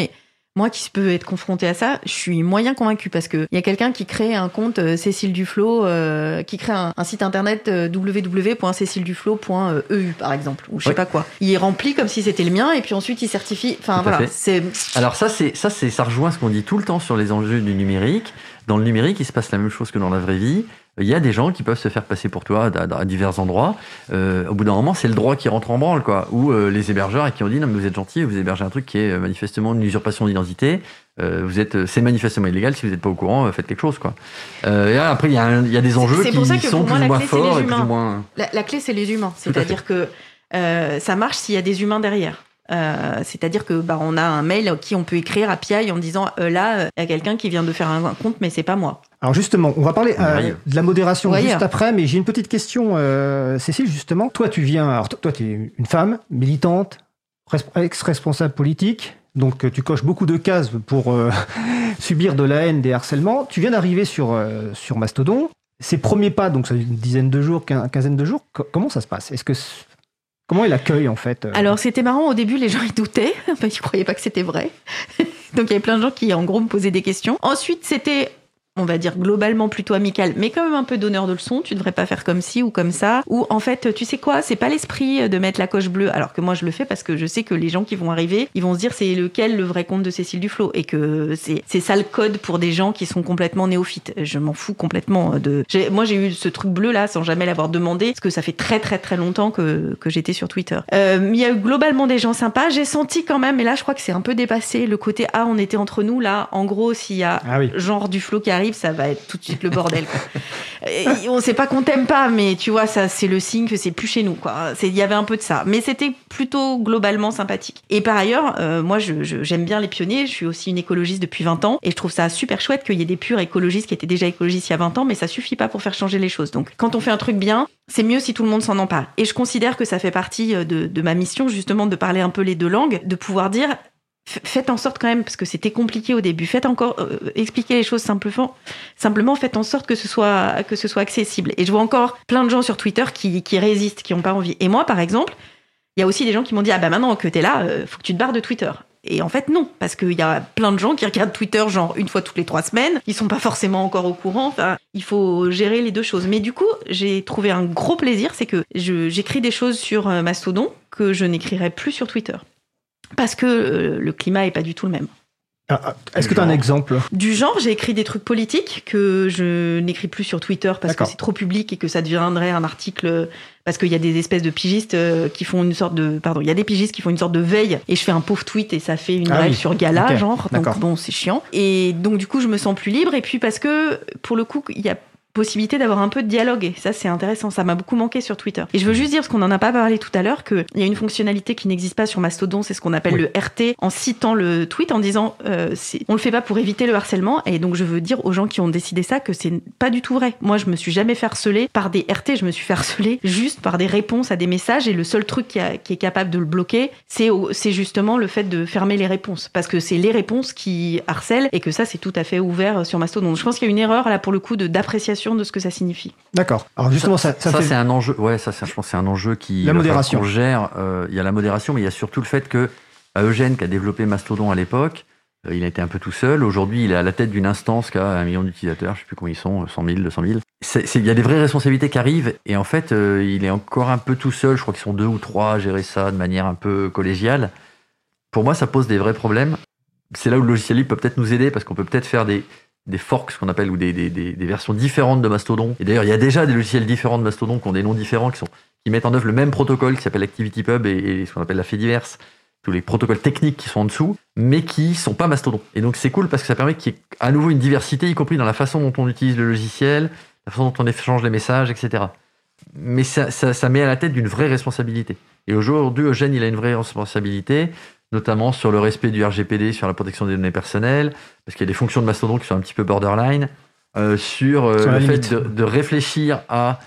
Moi qui peux être confrontée à ça, je suis moyen convaincue parce qu'il y a quelqu'un qui crée un compte euh, Cécile Duflot, euh, qui crée un, un site internet euh, w w w point cécile duflot point e u par exemple, ou je sais oui. pas quoi. Il est rempli comme si c'était le mien et puis ensuite il certifie. Enfin Tout voilà, c'est... Alors ça, c'est, ça, c'est, ça rejoint ce qu'on dit tout le temps sur les enjeux du numérique. Dans le numérique, il se passe la même chose que dans la vraie vie. Il y a des gens qui peuvent se faire passer pour toi à, à divers endroits. Euh, au bout d'un moment, c'est le droit qui rentre en branle, quoi. Ou euh, les hébergeurs et qui ont dit non mais vous êtes gentils, vous hébergez un truc qui est manifestement une usurpation d'identité. Euh, vous êtes, c'est manifestement illégal. Si vous n'êtes pas au courant, euh, faites quelque chose, quoi. Euh, et là, après, il y, y a des enjeux c'est qui pour ça que sont pour moi, plus ou moins clé, forts et plus ou moins. La, la clé, c'est les humains. C'est-à-dire que euh, ça marche s'il y a des humains derrière. Euh, c'est-à-dire que bah, on a un mail à qui on peut écrire à P I en disant euh, là, il y a quelqu'un qui vient de faire un, un compte, mais c'est pas moi. Alors justement, on va parler euh, de la modération ouais, juste ouais. après, mais j'ai une petite question, euh, Cécile, justement. Toi, tu viens, alors toi, tu es une femme militante, ex-responsable politique, donc tu coches beaucoup de cases pour euh, subir de la haine, des harcèlements. Tu viens d'arriver sur, euh, sur Mastodon. Ces premiers pas, donc ça fait une dizaine de jours, une quinzaine de jours, comment ça se passe ? Est-ce que Comment il accueille, en fait ? Alors, c'était marrant. Au début, les gens, ils doutaient. Enfin, ils ne croyaient pas que c'était vrai. Donc, il y avait plein de gens qui, en gros, me posaient des questions. Ensuite, c'était, on va dire, globalement plutôt amical, mais quand même un peu donneur de leçons. Tu ne devrais pas faire comme ci ou comme ça. Ou, en fait, tu sais quoi ? C'est pas l'esprit de mettre la coche bleue. Alors que moi, je le fais parce que je sais que les gens qui vont arriver, ils vont se dire c'est lequel le vrai compte de Cécile Duflot. Et que c'est, c'est ça le code pour des gens qui sont complètement néophytes. Je m'en fous complètement de... J'ai, moi, j'ai eu ce truc bleu-là sans jamais l'avoir demandé, parce que ça fait très, très, très longtemps que, que j'étais sur Twitter. Euh, il y a eu globalement des gens sympas. J'ai senti quand même, et là, je crois que c'est un peu dépassé, le côté « Ah, on était entre nous ». Là, en gros, s'il y a ah oui. genre Duflot qui arrive, ça va être tout de suite le bordel, quoi. Et on sait pas qu'on t'aime pas, mais tu vois, ça, c'est le signe que c'est plus chez nous, quoi. Il y avait un peu de ça. Mais c'était plutôt globalement sympathique. Et par ailleurs, euh, moi, je, je, j'aime bien les pionniers. Je suis aussi une écologiste depuis vingt ans. Et je trouve ça super chouette qu'il y ait des purs écologistes qui étaient déjà écologistes il y a vingt ans, mais ça suffit pas pour faire changer les choses. Donc, quand on fait un truc bien, c'est mieux si tout le monde s'en empare. Et je considère que ça fait partie de, de ma mission, justement, de parler un peu les deux langues, de pouvoir dire... Faites en sorte quand même, parce que c'était compliqué au début, faites encore, euh, expliquer les choses simplement, simplement faites en sorte que ce soit, que ce soit accessible. Et je vois encore plein de gens sur Twitter qui, qui résistent, qui n'ont pas envie. Et moi, par exemple, il y a aussi des gens qui m'ont dit « Ah bah maintenant que t'es là, euh, faut que tu te barres de Twitter ». Et en fait, non, parce qu'il y a plein de gens qui regardent Twitter genre une fois toutes les trois semaines, ils sont pas forcément encore au courant, enfin, il faut gérer les deux choses. Mais du coup, j'ai trouvé un gros plaisir, c'est que je, j'écris des choses sur Mastodon que je n'écrirai plus sur Twitter. Parce que euh, le climat est pas du tout le même. Ah, est-ce que tu as un exemple ? Du genre, j'ai écrit des trucs politiques que je n'écris plus sur Twitter parce D'accord. que c'est trop public et que ça deviendrait un article... Parce qu'il y a des espèces de pigistes qui font une sorte de... Pardon, il y a des pigistes qui font une sorte de veille et je fais un pauvre tweet et ça fait une ah, brève oui. sur Gala, okay. genre. Donc D'accord. bon, c'est chiant. Et donc du coup, je me sens plus libre. Et puis parce que, pour le coup, il y a possibilité d'avoir un peu de dialogue. Et ça, c'est intéressant. Ça m'a beaucoup manqué sur Twitter. Et je veux juste dire, parce qu'on n'en a pas parlé tout à l'heure, qu'il y a une fonctionnalité qui n'existe pas sur Mastodon, c'est ce qu'on appelle oui. le R T, en citant le tweet, en disant euh, c'est, on le fait pas pour éviter le harcèlement. Et donc, je veux dire aux gens qui ont décidé ça que c'est pas du tout vrai. Moi, je me suis jamais fait harceler par des R T, je me suis fait harceler juste par des réponses à des messages. Et le seul truc qui, a, qui est capable de le bloquer, c'est, au, c'est justement le fait de fermer les réponses. Parce que c'est les réponses qui harcèlent et que ça, c'est tout à fait ouvert sur Mastodon. Je pense qu'il y a une erreur, là, pour le coup, de, d'appréciation de ce que ça signifie. D'accord. Alors justement, ça, ça, ça, ça fait... c'est un enjeu. Ouais, ça, c'est, je pense, que c'est un enjeu qui la modération. qu'on gère. Euh, il y a la modération, mais il y a surtout le fait que euh, Eugène, qui a développé Mastodon à l'époque, euh, il a été un peu tout seul. Aujourd'hui, il est à la tête d'une instance qui a un million d'utilisateurs. Je sais plus combien ils sont, cent mille, deux cent mille. C'est, c'est, il y a des vraies responsabilités qui arrivent, et en fait, euh, il est encore un peu tout seul. Je crois qu'ils sont deux ou trois à gérer ça de manière un peu collégiale. Pour moi, ça pose des vrais problèmes. C'est là où le logiciel libre peut peut-être nous aider, parce qu'on peut peut-être faire des des forks, ce qu'on appelle, ou des, des, des, des versions différentes de Mastodon. Et d'ailleurs, il y a déjà des logiciels différents de Mastodon qui ont des noms différents, qui, sont, qui mettent en œuvre le même protocole qui s'appelle ActivityPub et, et ce qu'on appelle la Fediverse, tous les protocoles techniques qui sont en dessous, mais qui sont pas Mastodon. Et donc, c'est cool parce que ça permet qu'il y ait à nouveau une diversité, y compris dans la façon dont on utilise le logiciel, la façon dont on échange les messages, et cetera. Mais ça, ça, ça met à la tête d'une vraie responsabilité. Et aujourd'hui, Eugène, il a une vraie responsabilité, notamment sur le respect du R G P D, sur la protection des données personnelles, parce qu'il y a des fonctions de Mastodon qui sont un petit peu borderline, euh, sur, euh, sur le fait de, de réfléchir à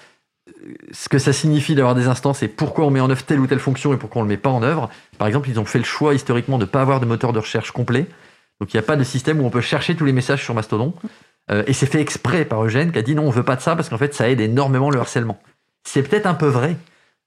ce que ça signifie d'avoir des instances et pourquoi on met en œuvre telle ou telle fonction et pourquoi on ne le met pas en œuvre. Par exemple, ils ont fait le choix historiquement de ne pas avoir de moteur de recherche complet, donc il n'y a pas de système où on peut chercher tous les messages sur Mastodon, euh, et c'est fait exprès par Eugène qui a dit non, on ne veut pas de ça parce qu'en fait ça aide énormément le harcèlement. C'est peut-être un peu vrai,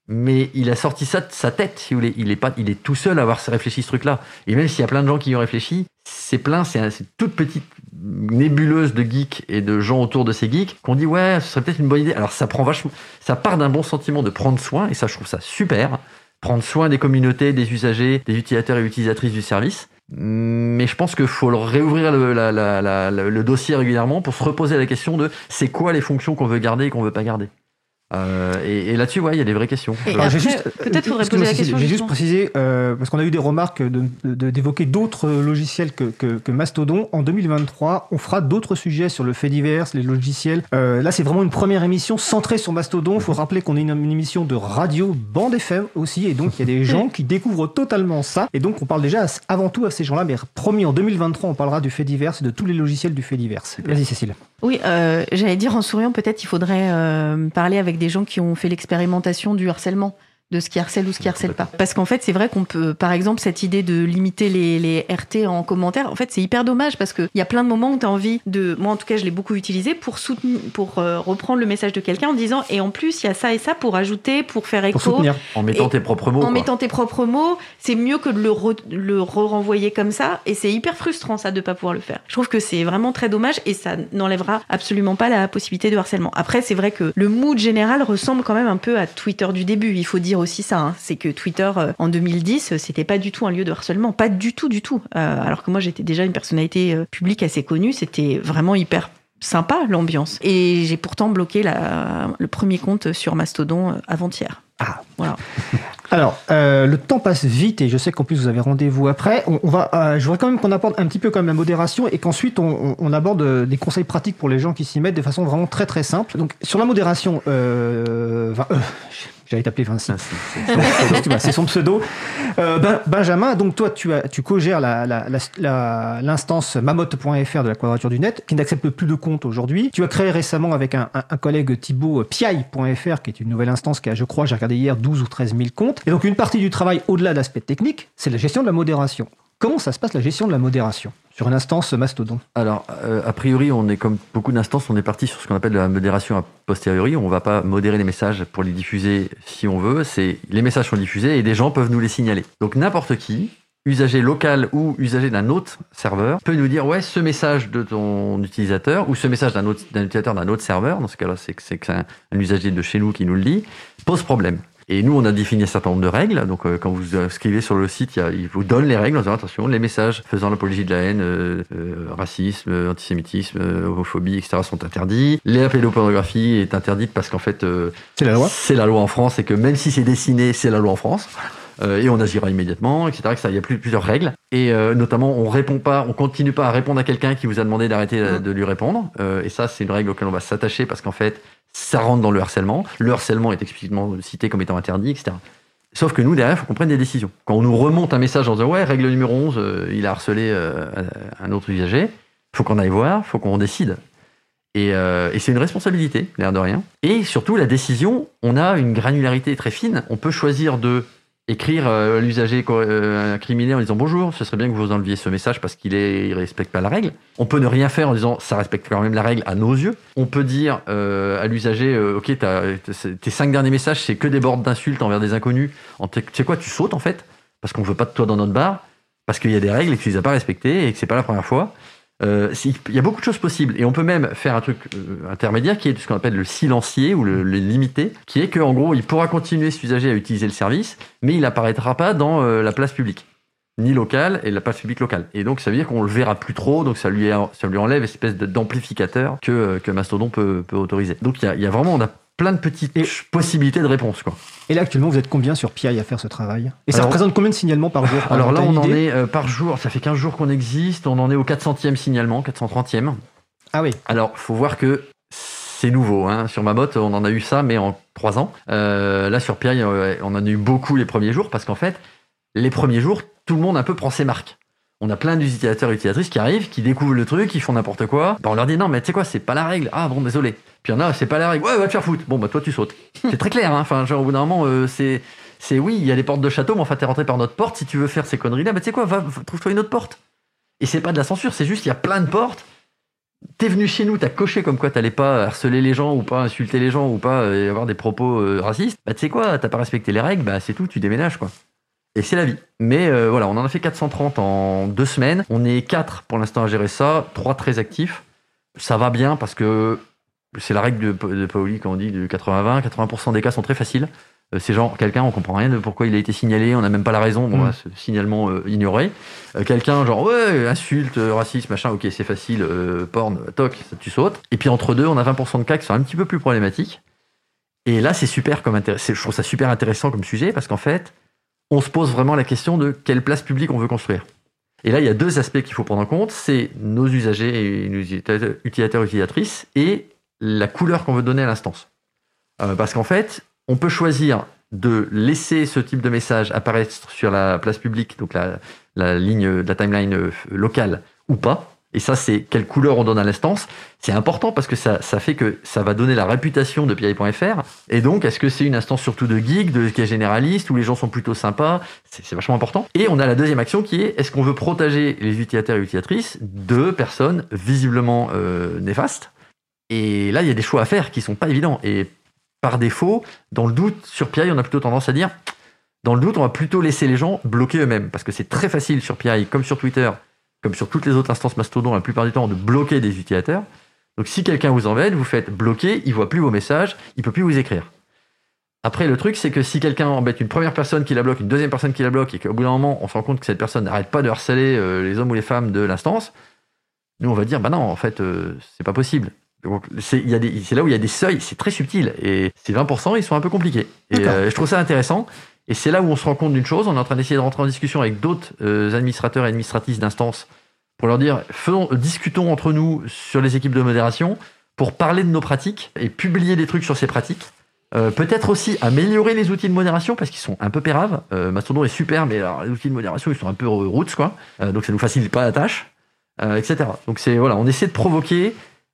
mais il a sorti ça de sa tête, si vous voulez. Il est, pas, il est tout seul à avoir réfléchi ce truc-là. Et même s'il y a plein de gens qui y ont réfléchi, c'est plein, c'est, un, c'est une toute petite nébuleuse de geeks et de gens autour de ces geeks qu'on dit ouais, ce serait peut-être une bonne idée. Alors ça prend vachement, ça part d'un bon sentiment de prendre soin, et ça, je trouve ça super. Prendre soin des communautés, des usagers, des utilisateurs et utilisatrices du service. Mais je pense qu'il faut réouvrir le, la, la, la, le dossier régulièrement pour se reposer la question de c'est quoi les fonctions qu'on veut garder et qu'on veut pas garder. Euh, et, et là-dessus, ouais, il y a des vraies questions. Et euh, après, juste, peut-être faudrait poser la question. J'ai juste précisé, euh, parce qu'on a eu des remarques de, de, d'évoquer d'autres logiciels que, que, que Mastodon. En deux mille vingt-trois, on fera d'autres sujets sur le fait divers, les logiciels. Euh, là, c'est vraiment une première émission centrée sur Mastodon. Il faut rappeler qu'on est une, une émission de radio bande F M aussi, et donc il y a des gens qui découvrent totalement ça. Et donc, on parle déjà à, avant tout à ces gens-là, mais promis, en deux mille vingt-trois, on parlera du fait divers et de tous les logiciels du fait divers. Vas-y, Cécile. Oui, euh, j'allais dire en souriant, peut-être il faudrait euh, parler avec des gens qui ont fait l'expérimentation du harcèlement, de ce qui harcèle ou ce qui harcèle pas. Parce qu'en fait, c'est vrai qu'on peut, par exemple, cette idée de limiter les, les R T en commentaire, en fait, c'est hyper dommage parce qu'il y a plein de moments où tu as envie de... Moi, en tout cas, je l'ai beaucoup utilisé pour, soutenir, pour euh, reprendre le message de quelqu'un en disant « Et en plus, il y a ça et ça pour ajouter, pour faire écho. » Pour soutenir. En mettant et, tes propres mots. En quoi. mettant tes propres mots, c'est mieux que de le, re, le re-renvoyer comme ça. Et c'est hyper frustrant, ça, de pas pouvoir le faire. Je trouve que c'est vraiment très dommage et ça n'enlèvera absolument pas la possibilité de harcèlement. Après, c'est vrai que le mood général ressemble quand même un peu à Twitter du début. Il faut dire aussi ça, hein. C'est que Twitter, euh, en deux mille dix, c'était pas du tout un lieu de harcèlement. Pas du tout, du tout. Euh, alors que moi, j'étais déjà une personnalité euh, publique assez connue. C'était vraiment hyper sympa, l'ambiance. Et j'ai pourtant bloqué la, le premier compte sur Mastodon euh, avant-hier. Ah, voilà. Alors, euh, le temps passe vite et je sais qu'en plus vous avez rendez-vous après. On, on va, euh, je voudrais quand même qu'on aborde un petit peu comme la modération et qu'ensuite on, on, on aborde euh, des conseils pratiques pour les gens qui s'y mettent de façon vraiment très très simple. Donc sur la modération, euh, euh, j'allais t'appeler Vinci. Ah, c'est son pseudo. Euh, ben, Benjamin, donc toi tu, as, tu co-gères la, la, la, la, l'instance mamotte point f r de la Quadrature du Net qui n'accepte plus de comptes aujourd'hui. Tu as créé récemment avec un, un, un collègue Thibaut piaille point f r qui est une nouvelle instance qui a, je crois, j'ai regardé hier, douze ou treize mille comptes. Et donc une partie du travail au-delà de l'aspect technique, c'est la gestion de la modération. Comment ça se passe la gestion de la modération sur une instance Mastodon ? Alors, euh, a priori, on est comme beaucoup d'instances, on est parti sur ce qu'on appelle la modération a posteriori. On ne va pas modérer les messages pour les diffuser si on veut. C'est les messages sont diffusés et des gens peuvent nous les signaler. Donc n'importe qui, usager local ou usager d'un autre serveur, peut nous dire ouais, ce message de ton utilisateur ou ce message d'un autre d'un utilisateur d'un autre serveur. Dans ce cas-là, c'est que c'est, que c'est un, un usager de chez nous qui nous le dit, pose problème. Et nous, on a défini un certain nombre de règles. Donc, euh, quand vous inscrivez sur le site, il, y a, il vous donne les règles en disant attention, les messages faisant l'apologie de la haine, euh, euh, racisme, euh, antisémitisme, euh, homophobie, et cetera sont interdits. La pédopornographie est interdite parce qu'en fait, euh, c'est la loi. C'est la loi en France et que même si c'est dessiné, c'est la loi en France. Euh, et on agira immédiatement, et cetera. et cetera. Il y a plus, plusieurs règles. Et euh, notamment, on répond pas, on continue pas à répondre à quelqu'un qui vous a demandé d'arrêter mmh. de lui répondre. Euh, et ça, c'est une règle auquel on va s'attacher parce qu'en fait, ça rentre dans le harcèlement. Le harcèlement est explicitement cité comme étant interdit, et cetera. Sauf que nous, derrière, il faut qu'on prenne des décisions. Quand on nous remonte un message en disant « Ouais, règle numéro onze, euh, il a harcelé euh, un autre usager », il faut qu'on aille voir, il faut qu'on décide. Et, euh, et c'est une responsabilité, l'air de rien. Et surtout, la décision, on a une granularité très fine. On peut choisir de écrire euh, l'usager euh, incriminé en disant bonjour, ce serait bien que vous enleviez ce message parce qu'il est, il respecte pas la règle. On peut ne rien faire en disant ça respecte quand même la règle à nos yeux. On peut dire euh, à l'usager euh, ok, t'as, tes cinq derniers messages c'est que des bords d'insultes envers des inconnus. Tu sais quoi, tu sautes en fait parce qu'on veut pas de toi dans notre bar parce qu'il y a des règles et que tu les as pas respectées et que c'est pas la première fois. Euh, il y a beaucoup de choses possibles et on peut même faire un truc euh, intermédiaire qui est ce qu'on appelle le silencier ou le, le limité, qui est qu'en gros il pourra continuer cet usager à utiliser le service mais il apparaîtra pas dans euh, la place publique ni locale et la place publique locale et donc ça veut dire qu'on le verra plus trop, donc ça lui, ça lui enlève une espèce d'amplificateur que, que Mastodon peut, peut autoriser. Donc il y a, y a vraiment on a plein de petites et possibilités de réponse quoi. Et là actuellement vous êtes combien sur Piaille à faire ce travail ? Et ça alors, représente combien de signalements par jour ? Alors là on en est euh, par jour, ça fait quinze jours qu'on existe, on en est au quatre centième signalement, quatre cent trentième. Ah oui. Alors faut voir que c'est nouveau, hein. Sur Mamotte on en a eu ça mais en trois ans. Euh, là sur Piaille on en a eu beaucoup les premiers jours parce qu'en fait les premiers jours tout le monde un peu prend ses marques. On a plein d'utilisateurs et utilisatrices qui arrivent, qui découvrent le truc, qui font n'importe quoi. Bah on leur dit non mais tu sais quoi, c'est pas la règle. Ah bon désolé. Puis il y en a, c'est pas la règle. Ouais va te faire foutre. Bon bah toi tu sautes. C'est très clair. Hein. Enfin genre au bout d'un moment euh, c'est c'est oui il y a les portes de château mais enfin t'es rentré par notre porte. Si tu veux faire ces conneries là, bah tu sais quoi, va trouve-toi une autre porte. Et c'est pas de la censure, c'est juste il y a plein de portes. t'es venu chez nous, t'as coché comme quoi t'allais pas harceler les gens ou pas insulter les gens ou pas euh, avoir des propos euh, racistes, bah tu sais quoi, t'as pas respecté les règles, bah c'est tout, tu déménages quoi. Et c'est la vie. Mais euh, voilà, on en a fait quatre cent trente en deux semaines. On est quatre pour l'instant à gérer ça, trois très actifs. Ça va bien parce que c'est la règle de, de Paoli quand on dit de quatre-vingts vingt. quatre-vingts pour cent des cas sont très faciles. Euh, c'est genre quelqu'un, on comprend rien de pourquoi il a été signalé, on n'a même pas la raison, bon, mmh. bah, ce signalement euh, ignoré. Euh, quelqu'un genre ouais, insulte, euh, racisme, machin, ok c'est facile, euh, porn, toc, ça, tu sautes. Et puis entre deux, on a vingt pour cent de cas qui sont un petit peu plus problématiques. Et là c'est super comme intéressant, je trouve ça super intéressant comme sujet parce qu'en fait, on se pose vraiment la question de quelle place publique on veut construire. Et là, il y a deux aspects qu'il faut prendre en compte, c'est nos usagers et nos utilisateurs, utilisatrices, et la couleur qu'on veut donner à l'instance. Euh, parce qu'en fait, on peut choisir de laisser ce type de message apparaître sur la place publique, donc la, la ligne, la timeline locale, ou pas. Et ça, c'est quelle couleur on donne à l'instance. C'est important parce que ça, ça fait que ça va donner la réputation de P I point F R. Et donc, est-ce que c'est une instance surtout de geek, de qui est généraliste, où les gens sont plutôt sympas? C'est, c'est vachement important. Et on a la deuxième action qui est, est-ce qu'on veut protéger les utilisateurs et utilisatrices de personnes visiblement euh, néfastes? Et là, il y a des choix à faire qui sont pas évidents. Et par défaut, dans le doute, sur P I, on a plutôt tendance à dire, dans le doute, on va plutôt laisser les gens bloquer eux-mêmes. Parce que c'est très facile sur P I, comme sur Twitter, comme sur toutes les autres instances Mastodon, la plupart du temps, de bloquer des utilisateurs. Donc si quelqu'un vous embête, vous faites bloquer, il ne voit plus vos messages, il ne peut plus vous écrire. Après, le truc, c'est que si quelqu'un embête une première personne qui la bloque, une deuxième personne qui la bloque, et qu'au bout d'un moment, on se rend compte que cette personne n'arrête pas de harceler euh, les hommes ou les femmes de l'instance, nous, on va dire, bah non, en fait, euh, c'est pas possible. Donc, c'est, y a des, c'est là où il y a des seuils, c'est très subtil, et ces vingt pour cent, ils sont un peu compliqués. Et euh, je trouve ça intéressant. Et c'est là où on se rend compte d'une chose, on est en train d'essayer de rentrer en discussion avec d'autres euh, administrateurs et administratrices d'instances pour leur dire, faisons, discutons entre nous sur les équipes de modération pour parler de nos pratiques et publier des trucs sur ces pratiques. Euh, peut-être aussi améliorer les outils de modération parce qu'ils sont un peu péraves. Euh, Mastodon est super, mais alors, les outils de modération, ils sont un peu roots, quoi. Euh, donc ça nous facilite pas la tâche, euh, et cetera. Donc c'est, voilà, on essaie de provoquer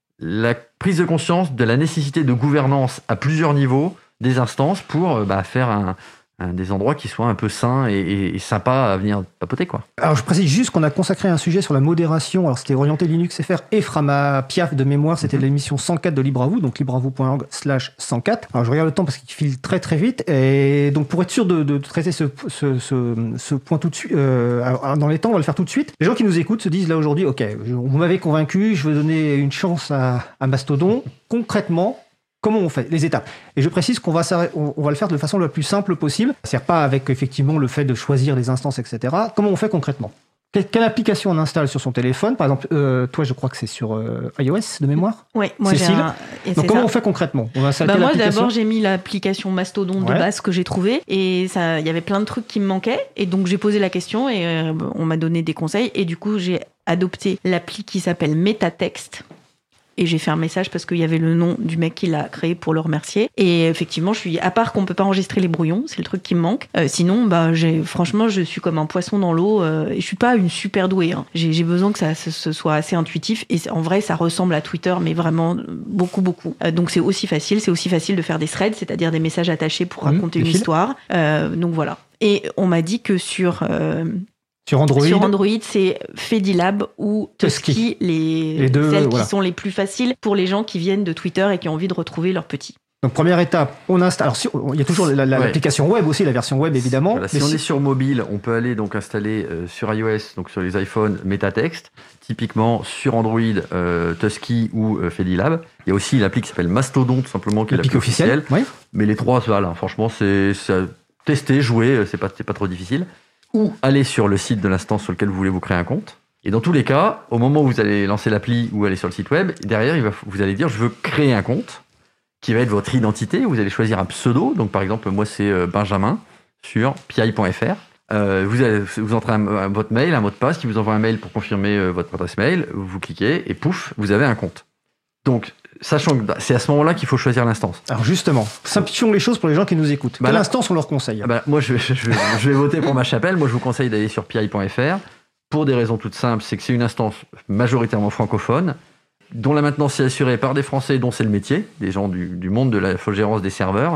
la prise de conscience de la nécessité de gouvernance à plusieurs niveaux des instances pour euh, bah, faire un, un, des endroits qui soient un peu sains et, et, et sympas à venir papoter, quoi. Alors je précise juste qu'on a consacré un sujet sur la modération. Alors c'était orienté Linux F R et Frama Piaf de mémoire. C'était mm-hmm. l'émission cent quatre de Libre à vous, donc libre à vous point org slash cent quatre. Alors je regarde le temps parce qu'il file très très vite. Et donc pour être sûr de, de traiter ce, ce, ce, ce point tout de suite, euh, dans les temps, on va le faire tout de suite. Les gens qui nous écoutent se disent là aujourd'hui, ok, vous m'avez convaincu, je veux donner une chance à, à Mastodon. Concrètement, comment on fait les étapes? Et je précise qu'on va, on va le faire de façon la plus simple possible. C'est-à-dire pas avec effectivement le fait de choisir les instances, et cetera. Comment on fait concrètement? Quelle, quelle application on installe sur son téléphone? Par exemple, euh, toi, je crois que c'est sur euh, iOS de mémoire. Oui, moi Cécile. j'ai un... Et donc comment ça. On fait concrètement? On installe bah quelle moi application? d'abord j'ai mis l'application Mastodon de ouais. base que j'ai trouvée et ça, il y avait plein de trucs qui me manquaient et donc j'ai posé la question et euh, on m'a donné des conseils et du coup j'ai adopté l'appli qui s'appelle MetaText. Et j'ai fait un message parce qu'il y avait le nom du mec qui l'a créé pour le remercier. Et effectivement, je suis, à part qu'on peut pas enregistrer les brouillons, c'est le truc qui me manque. Euh, sinon, bah, j'ai, franchement, je suis comme un poisson dans l'eau. Euh, et je suis pas une super douée. Hein. J'ai, j'ai besoin que ça ce, ce soit assez intuitif. Et en vrai, ça ressemble à Twitter, mais vraiment beaucoup, beaucoup. Euh, donc c'est aussi facile. C'est aussi facile de faire des threads, c'est-à-dire des messages attachés pour mmh, raconter une fils. histoire. Euh, donc voilà. Et on m'a dit que sur euh, Sur Android, Sur Android, c'est Fedilab ou Tusky, les, les deux, celles voilà. qui sont les plus faciles pour les gens qui viennent de Twitter et qui ont envie de retrouver leurs petits. Donc première étape, on installe. Alors si, il y a toujours la, la, ouais. l'application web aussi, la version web évidemment. Voilà, si on si... est sur mobile, on peut aller donc installer euh, sur iOS, donc sur les iPhones, MetaText. Typiquement sur Android, euh, Tusky ou euh, Fedilab. Il y a aussi l'appli qui s'appelle Mastodon, tout simplement, qui est l'appli officielle. officielle. Oui. Mais les trois, voilà, franchement, c'est, c'est tester, jouer, c'est pas, c'est pas trop difficile. Ou aller sur le site de l'instance sur lequel vous voulez vous créer un compte. Et dans tous les cas, au moment où vous allez lancer l'appli ou aller sur le site web, derrière, il va, vous allez dire « je veux créer un compte » qui va être votre identité. Vous allez choisir un pseudo. Donc, par exemple, moi, c'est Benjamin sur P I point F R. Euh, vous, allez, vous entrez un, un, votre mail, un mot de passe qui vous envoie un mail pour confirmer euh, votre adresse mail. Vous cliquez et pouf, vous avez un compte. Donc, sachant que c'est à ce moment-là qu'il faut choisir l'instance. Alors justement, simplifions les choses pour les gens qui nous écoutent. Bah Quelle là, instance on leur conseille? bah Moi, je, je, je, je vais voter pour ma chapelle. Moi, je vous conseille d'aller sur P I point F R pour des raisons toutes simples. C'est que c'est une instance majoritairement francophone, dont la maintenance est assurée par des Français dont c'est le métier, des gens du, du monde de la gérance des serveurs.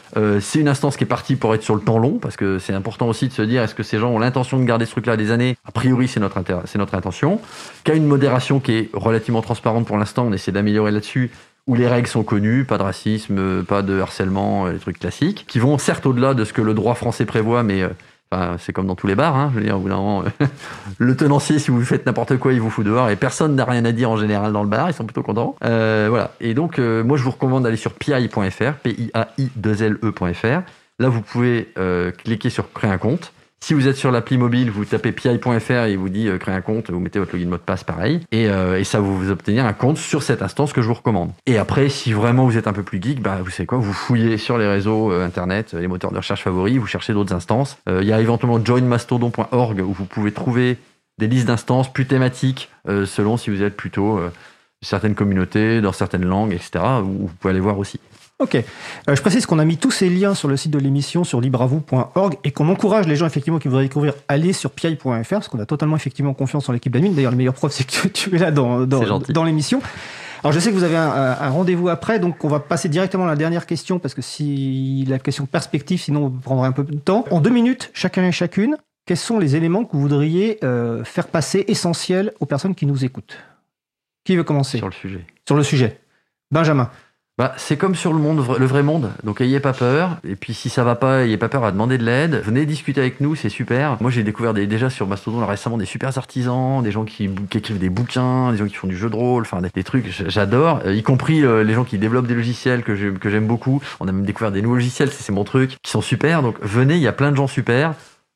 Euh, c'est une instance qui est partie pour être sur le temps long, parce que c'est important aussi de se dire, est-ce que ces gens ont l'intention de garder ce truc-là des années? A priori, c'est notre, inter- c'est notre intention. Qui a une modération qui est relativement transparente pour l'instant, on essaie d'améliorer là-dessus, où les règles sont connues, pas de racisme, pas de harcèlement, les trucs classiques, qui vont certes au-delà de ce que le droit français prévoit, mais... Euh, Enfin, c'est comme dans tous les bars, hein. Je veux dire, au bout d'un moment, le tenancier, si vous faites n'importe quoi, il vous fout dehors et personne n'a rien à dire en général dans le bar, ils sont plutôt contents. Euh, voilà. Et donc, euh, moi, je vous recommande d'aller sur pi point f r, p i a i deux l e point f r. Là, vous pouvez euh, cliquer sur créer un compte. Si vous êtes sur l'appli mobile, vous tapez pi point f r et il vous dit euh, créer un compte, vous mettez votre login mot de passe pareil, et, euh, et ça vous, vous obtenir un compte sur cette instance que je vous recommande. Et après, si vraiment vous êtes un peu plus geek, bah vous savez quoi, vous fouillez sur les réseaux euh, internet, les moteurs de recherche favoris, vous cherchez d'autres instances. Il euh, y a éventuellement join mastodon point org où vous pouvez trouver des listes d'instances plus thématiques euh, selon si vous êtes plutôt euh, certaines communautés, dans certaines langues, et cetera. Où vous pouvez aller voir aussi. Ok. Euh, je précise qu'on a mis tous ces liens sur le site de l'émission, sur libre à vous point org, et qu'on encourage les gens effectivement qui voudraient découvrir à aller sur pi point f r, parce qu'on a totalement effectivement confiance en l'équipe d'admin. D'ailleurs, le meilleur preuve, c'est que tu es là dans, dans, dans l'émission. Alors, je sais que vous avez un, un rendez-vous après, donc on va passer directement à la dernière question, parce que si la question perspective, sinon on prendrait un peu de temps. En deux minutes, chacun et chacune, quels sont les éléments que vous voudriez euh, faire passer essentiels aux personnes qui nous écoutent? Qui veut commencer? Sur le sujet. Sur le sujet. Benjamin. Bah, c'est comme sur le monde, le vrai monde. Donc, ayez pas peur. Et puis, si ça va pas, ayez pas peur à demander de l'aide. Venez discuter avec nous, c'est super. Moi, j'ai découvert des, déjà sur Mastodon là, récemment des super artisans, des gens qui, qui écrivent des bouquins, des gens qui font du jeu de rôle, enfin des, des trucs. J'adore, euh, y compris euh, les gens qui développent des logiciels que, je, que j'aime beaucoup. On a même découvert des nouveaux logiciels, c'est, c'est mon truc, qui sont super. Donc, venez, il y a plein de gens super.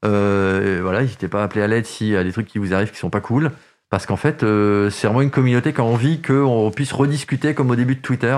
Euh, voilà, n'hésitez pas à appeler à l'aide s'il y a des trucs qui vous arrivent qui sont pas cool. Parce qu'en fait, euh, c'est vraiment une communauté qui a envie qu'on puisse rediscuter comme au début de Twitter.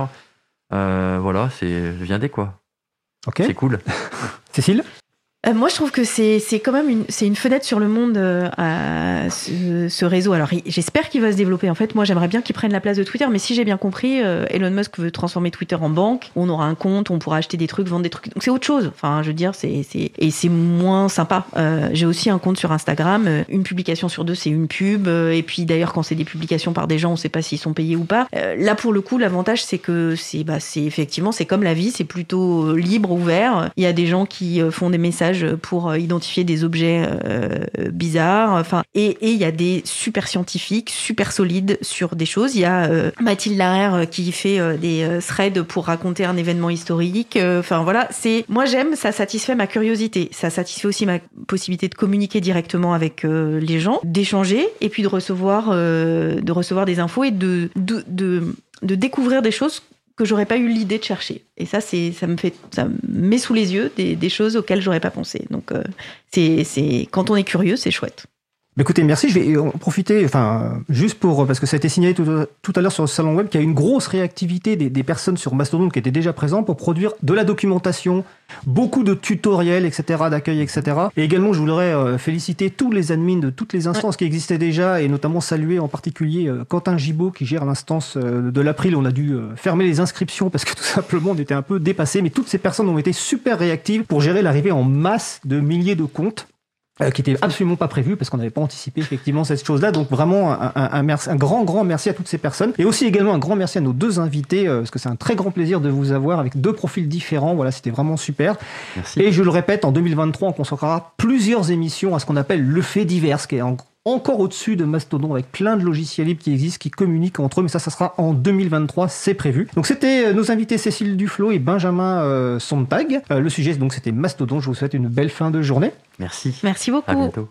Euh, voilà, c'est viendez quoi. Ok. C'est cool. Cécile? Euh, moi, je trouve que c'est, c'est quand même une, c'est une fenêtre sur le monde, euh, à ce, ce réseau. Alors, il, j'espère qu'il va se développer. En fait, moi, j'aimerais bien qu'il prenne la place de Twitter. Mais si j'ai bien compris, euh, Elon Musk veut transformer Twitter en banque. On aura un compte, on pourra acheter des trucs, vendre des trucs. Donc, c'est autre chose. Enfin, je veux dire, c'est, c'est... et c'est moins sympa. Euh, j'ai aussi un compte sur Instagram. Euh, une publication sur deux, c'est une pub. Euh, et puis, d'ailleurs, quand c'est des publications par des gens, on ne sait pas s'ils sont payés ou pas. Euh, là, pour le coup, l'avantage, c'est que c'est, bah, c'est effectivement, c'est comme la vie. C'est plutôt libre, ouvert. Il y a des gens qui euh, font des messages pour identifier des objets euh, bizarres. Enfin, et il y a des super scientifiques, super solides sur des choses. Il y a euh, Mathilde Larère qui fait euh, des euh, threads pour raconter un événement historique. Enfin, euh, voilà, c'est... Moi, j'aime, ça satisfait ma curiosité. Ça satisfait aussi ma possibilité de communiquer directement avec euh, les gens, d'échanger et puis de recevoir, euh, de recevoir des infos et de, de, de, de découvrir des choses que j'aurais pas eu l'idée de chercher. Et ça, c'est, ça me fait, ça me met sous les yeux des, des choses auxquelles j'aurais pas pensé. Donc, euh, c'est, c'est, quand on est curieux, c'est chouette. Écoutez, merci. Je vais en profiter, enfin, juste pour, parce que ça a été signalé tout, tout à l'heure sur le salon web, qu'il y a une grosse réactivité des, des personnes sur Mastodon qui étaient déjà présentes pour produire de la documentation, beaucoup de tutoriels, et cetera, d'accueil, et cetera. Et également, je voudrais euh, féliciter tous les admins de toutes les instances ouais. qui existaient déjà, et notamment saluer en particulier euh, Quentin Gibaud qui gère l'instance euh, de l'April. On a dû euh, fermer les inscriptions parce que tout simplement on était un peu dépassés, mais toutes ces personnes ont été super réactives pour gérer l'arrivée en masse de milliers de comptes. Euh, qui était absolument pas prévu parce qu'on n'avait pas anticipé effectivement cette chose-là. Donc vraiment un, un, un, merci, un grand grand merci à toutes ces personnes et aussi également un grand merci à nos deux invités euh, parce que c'est un très grand plaisir de vous avoir avec deux profils différents. Voilà, c'était vraiment super. Merci. Et je le répète, en deux mille vingt-trois, on consacrera plusieurs émissions à ce qu'on appelle le fait divers, qui est en encore au-dessus de Mastodon avec plein de logiciels libres qui existent, qui communiquent entre eux, mais ça, ça sera en deux mille vingt-trois, c'est prévu. Donc c'était nos invités Cécile Duflot et Benjamin euh, Sontag. Euh, le sujet, donc, c'était Mastodon. Je vous souhaite une belle fin de journée. Merci. Merci beaucoup. À bientôt.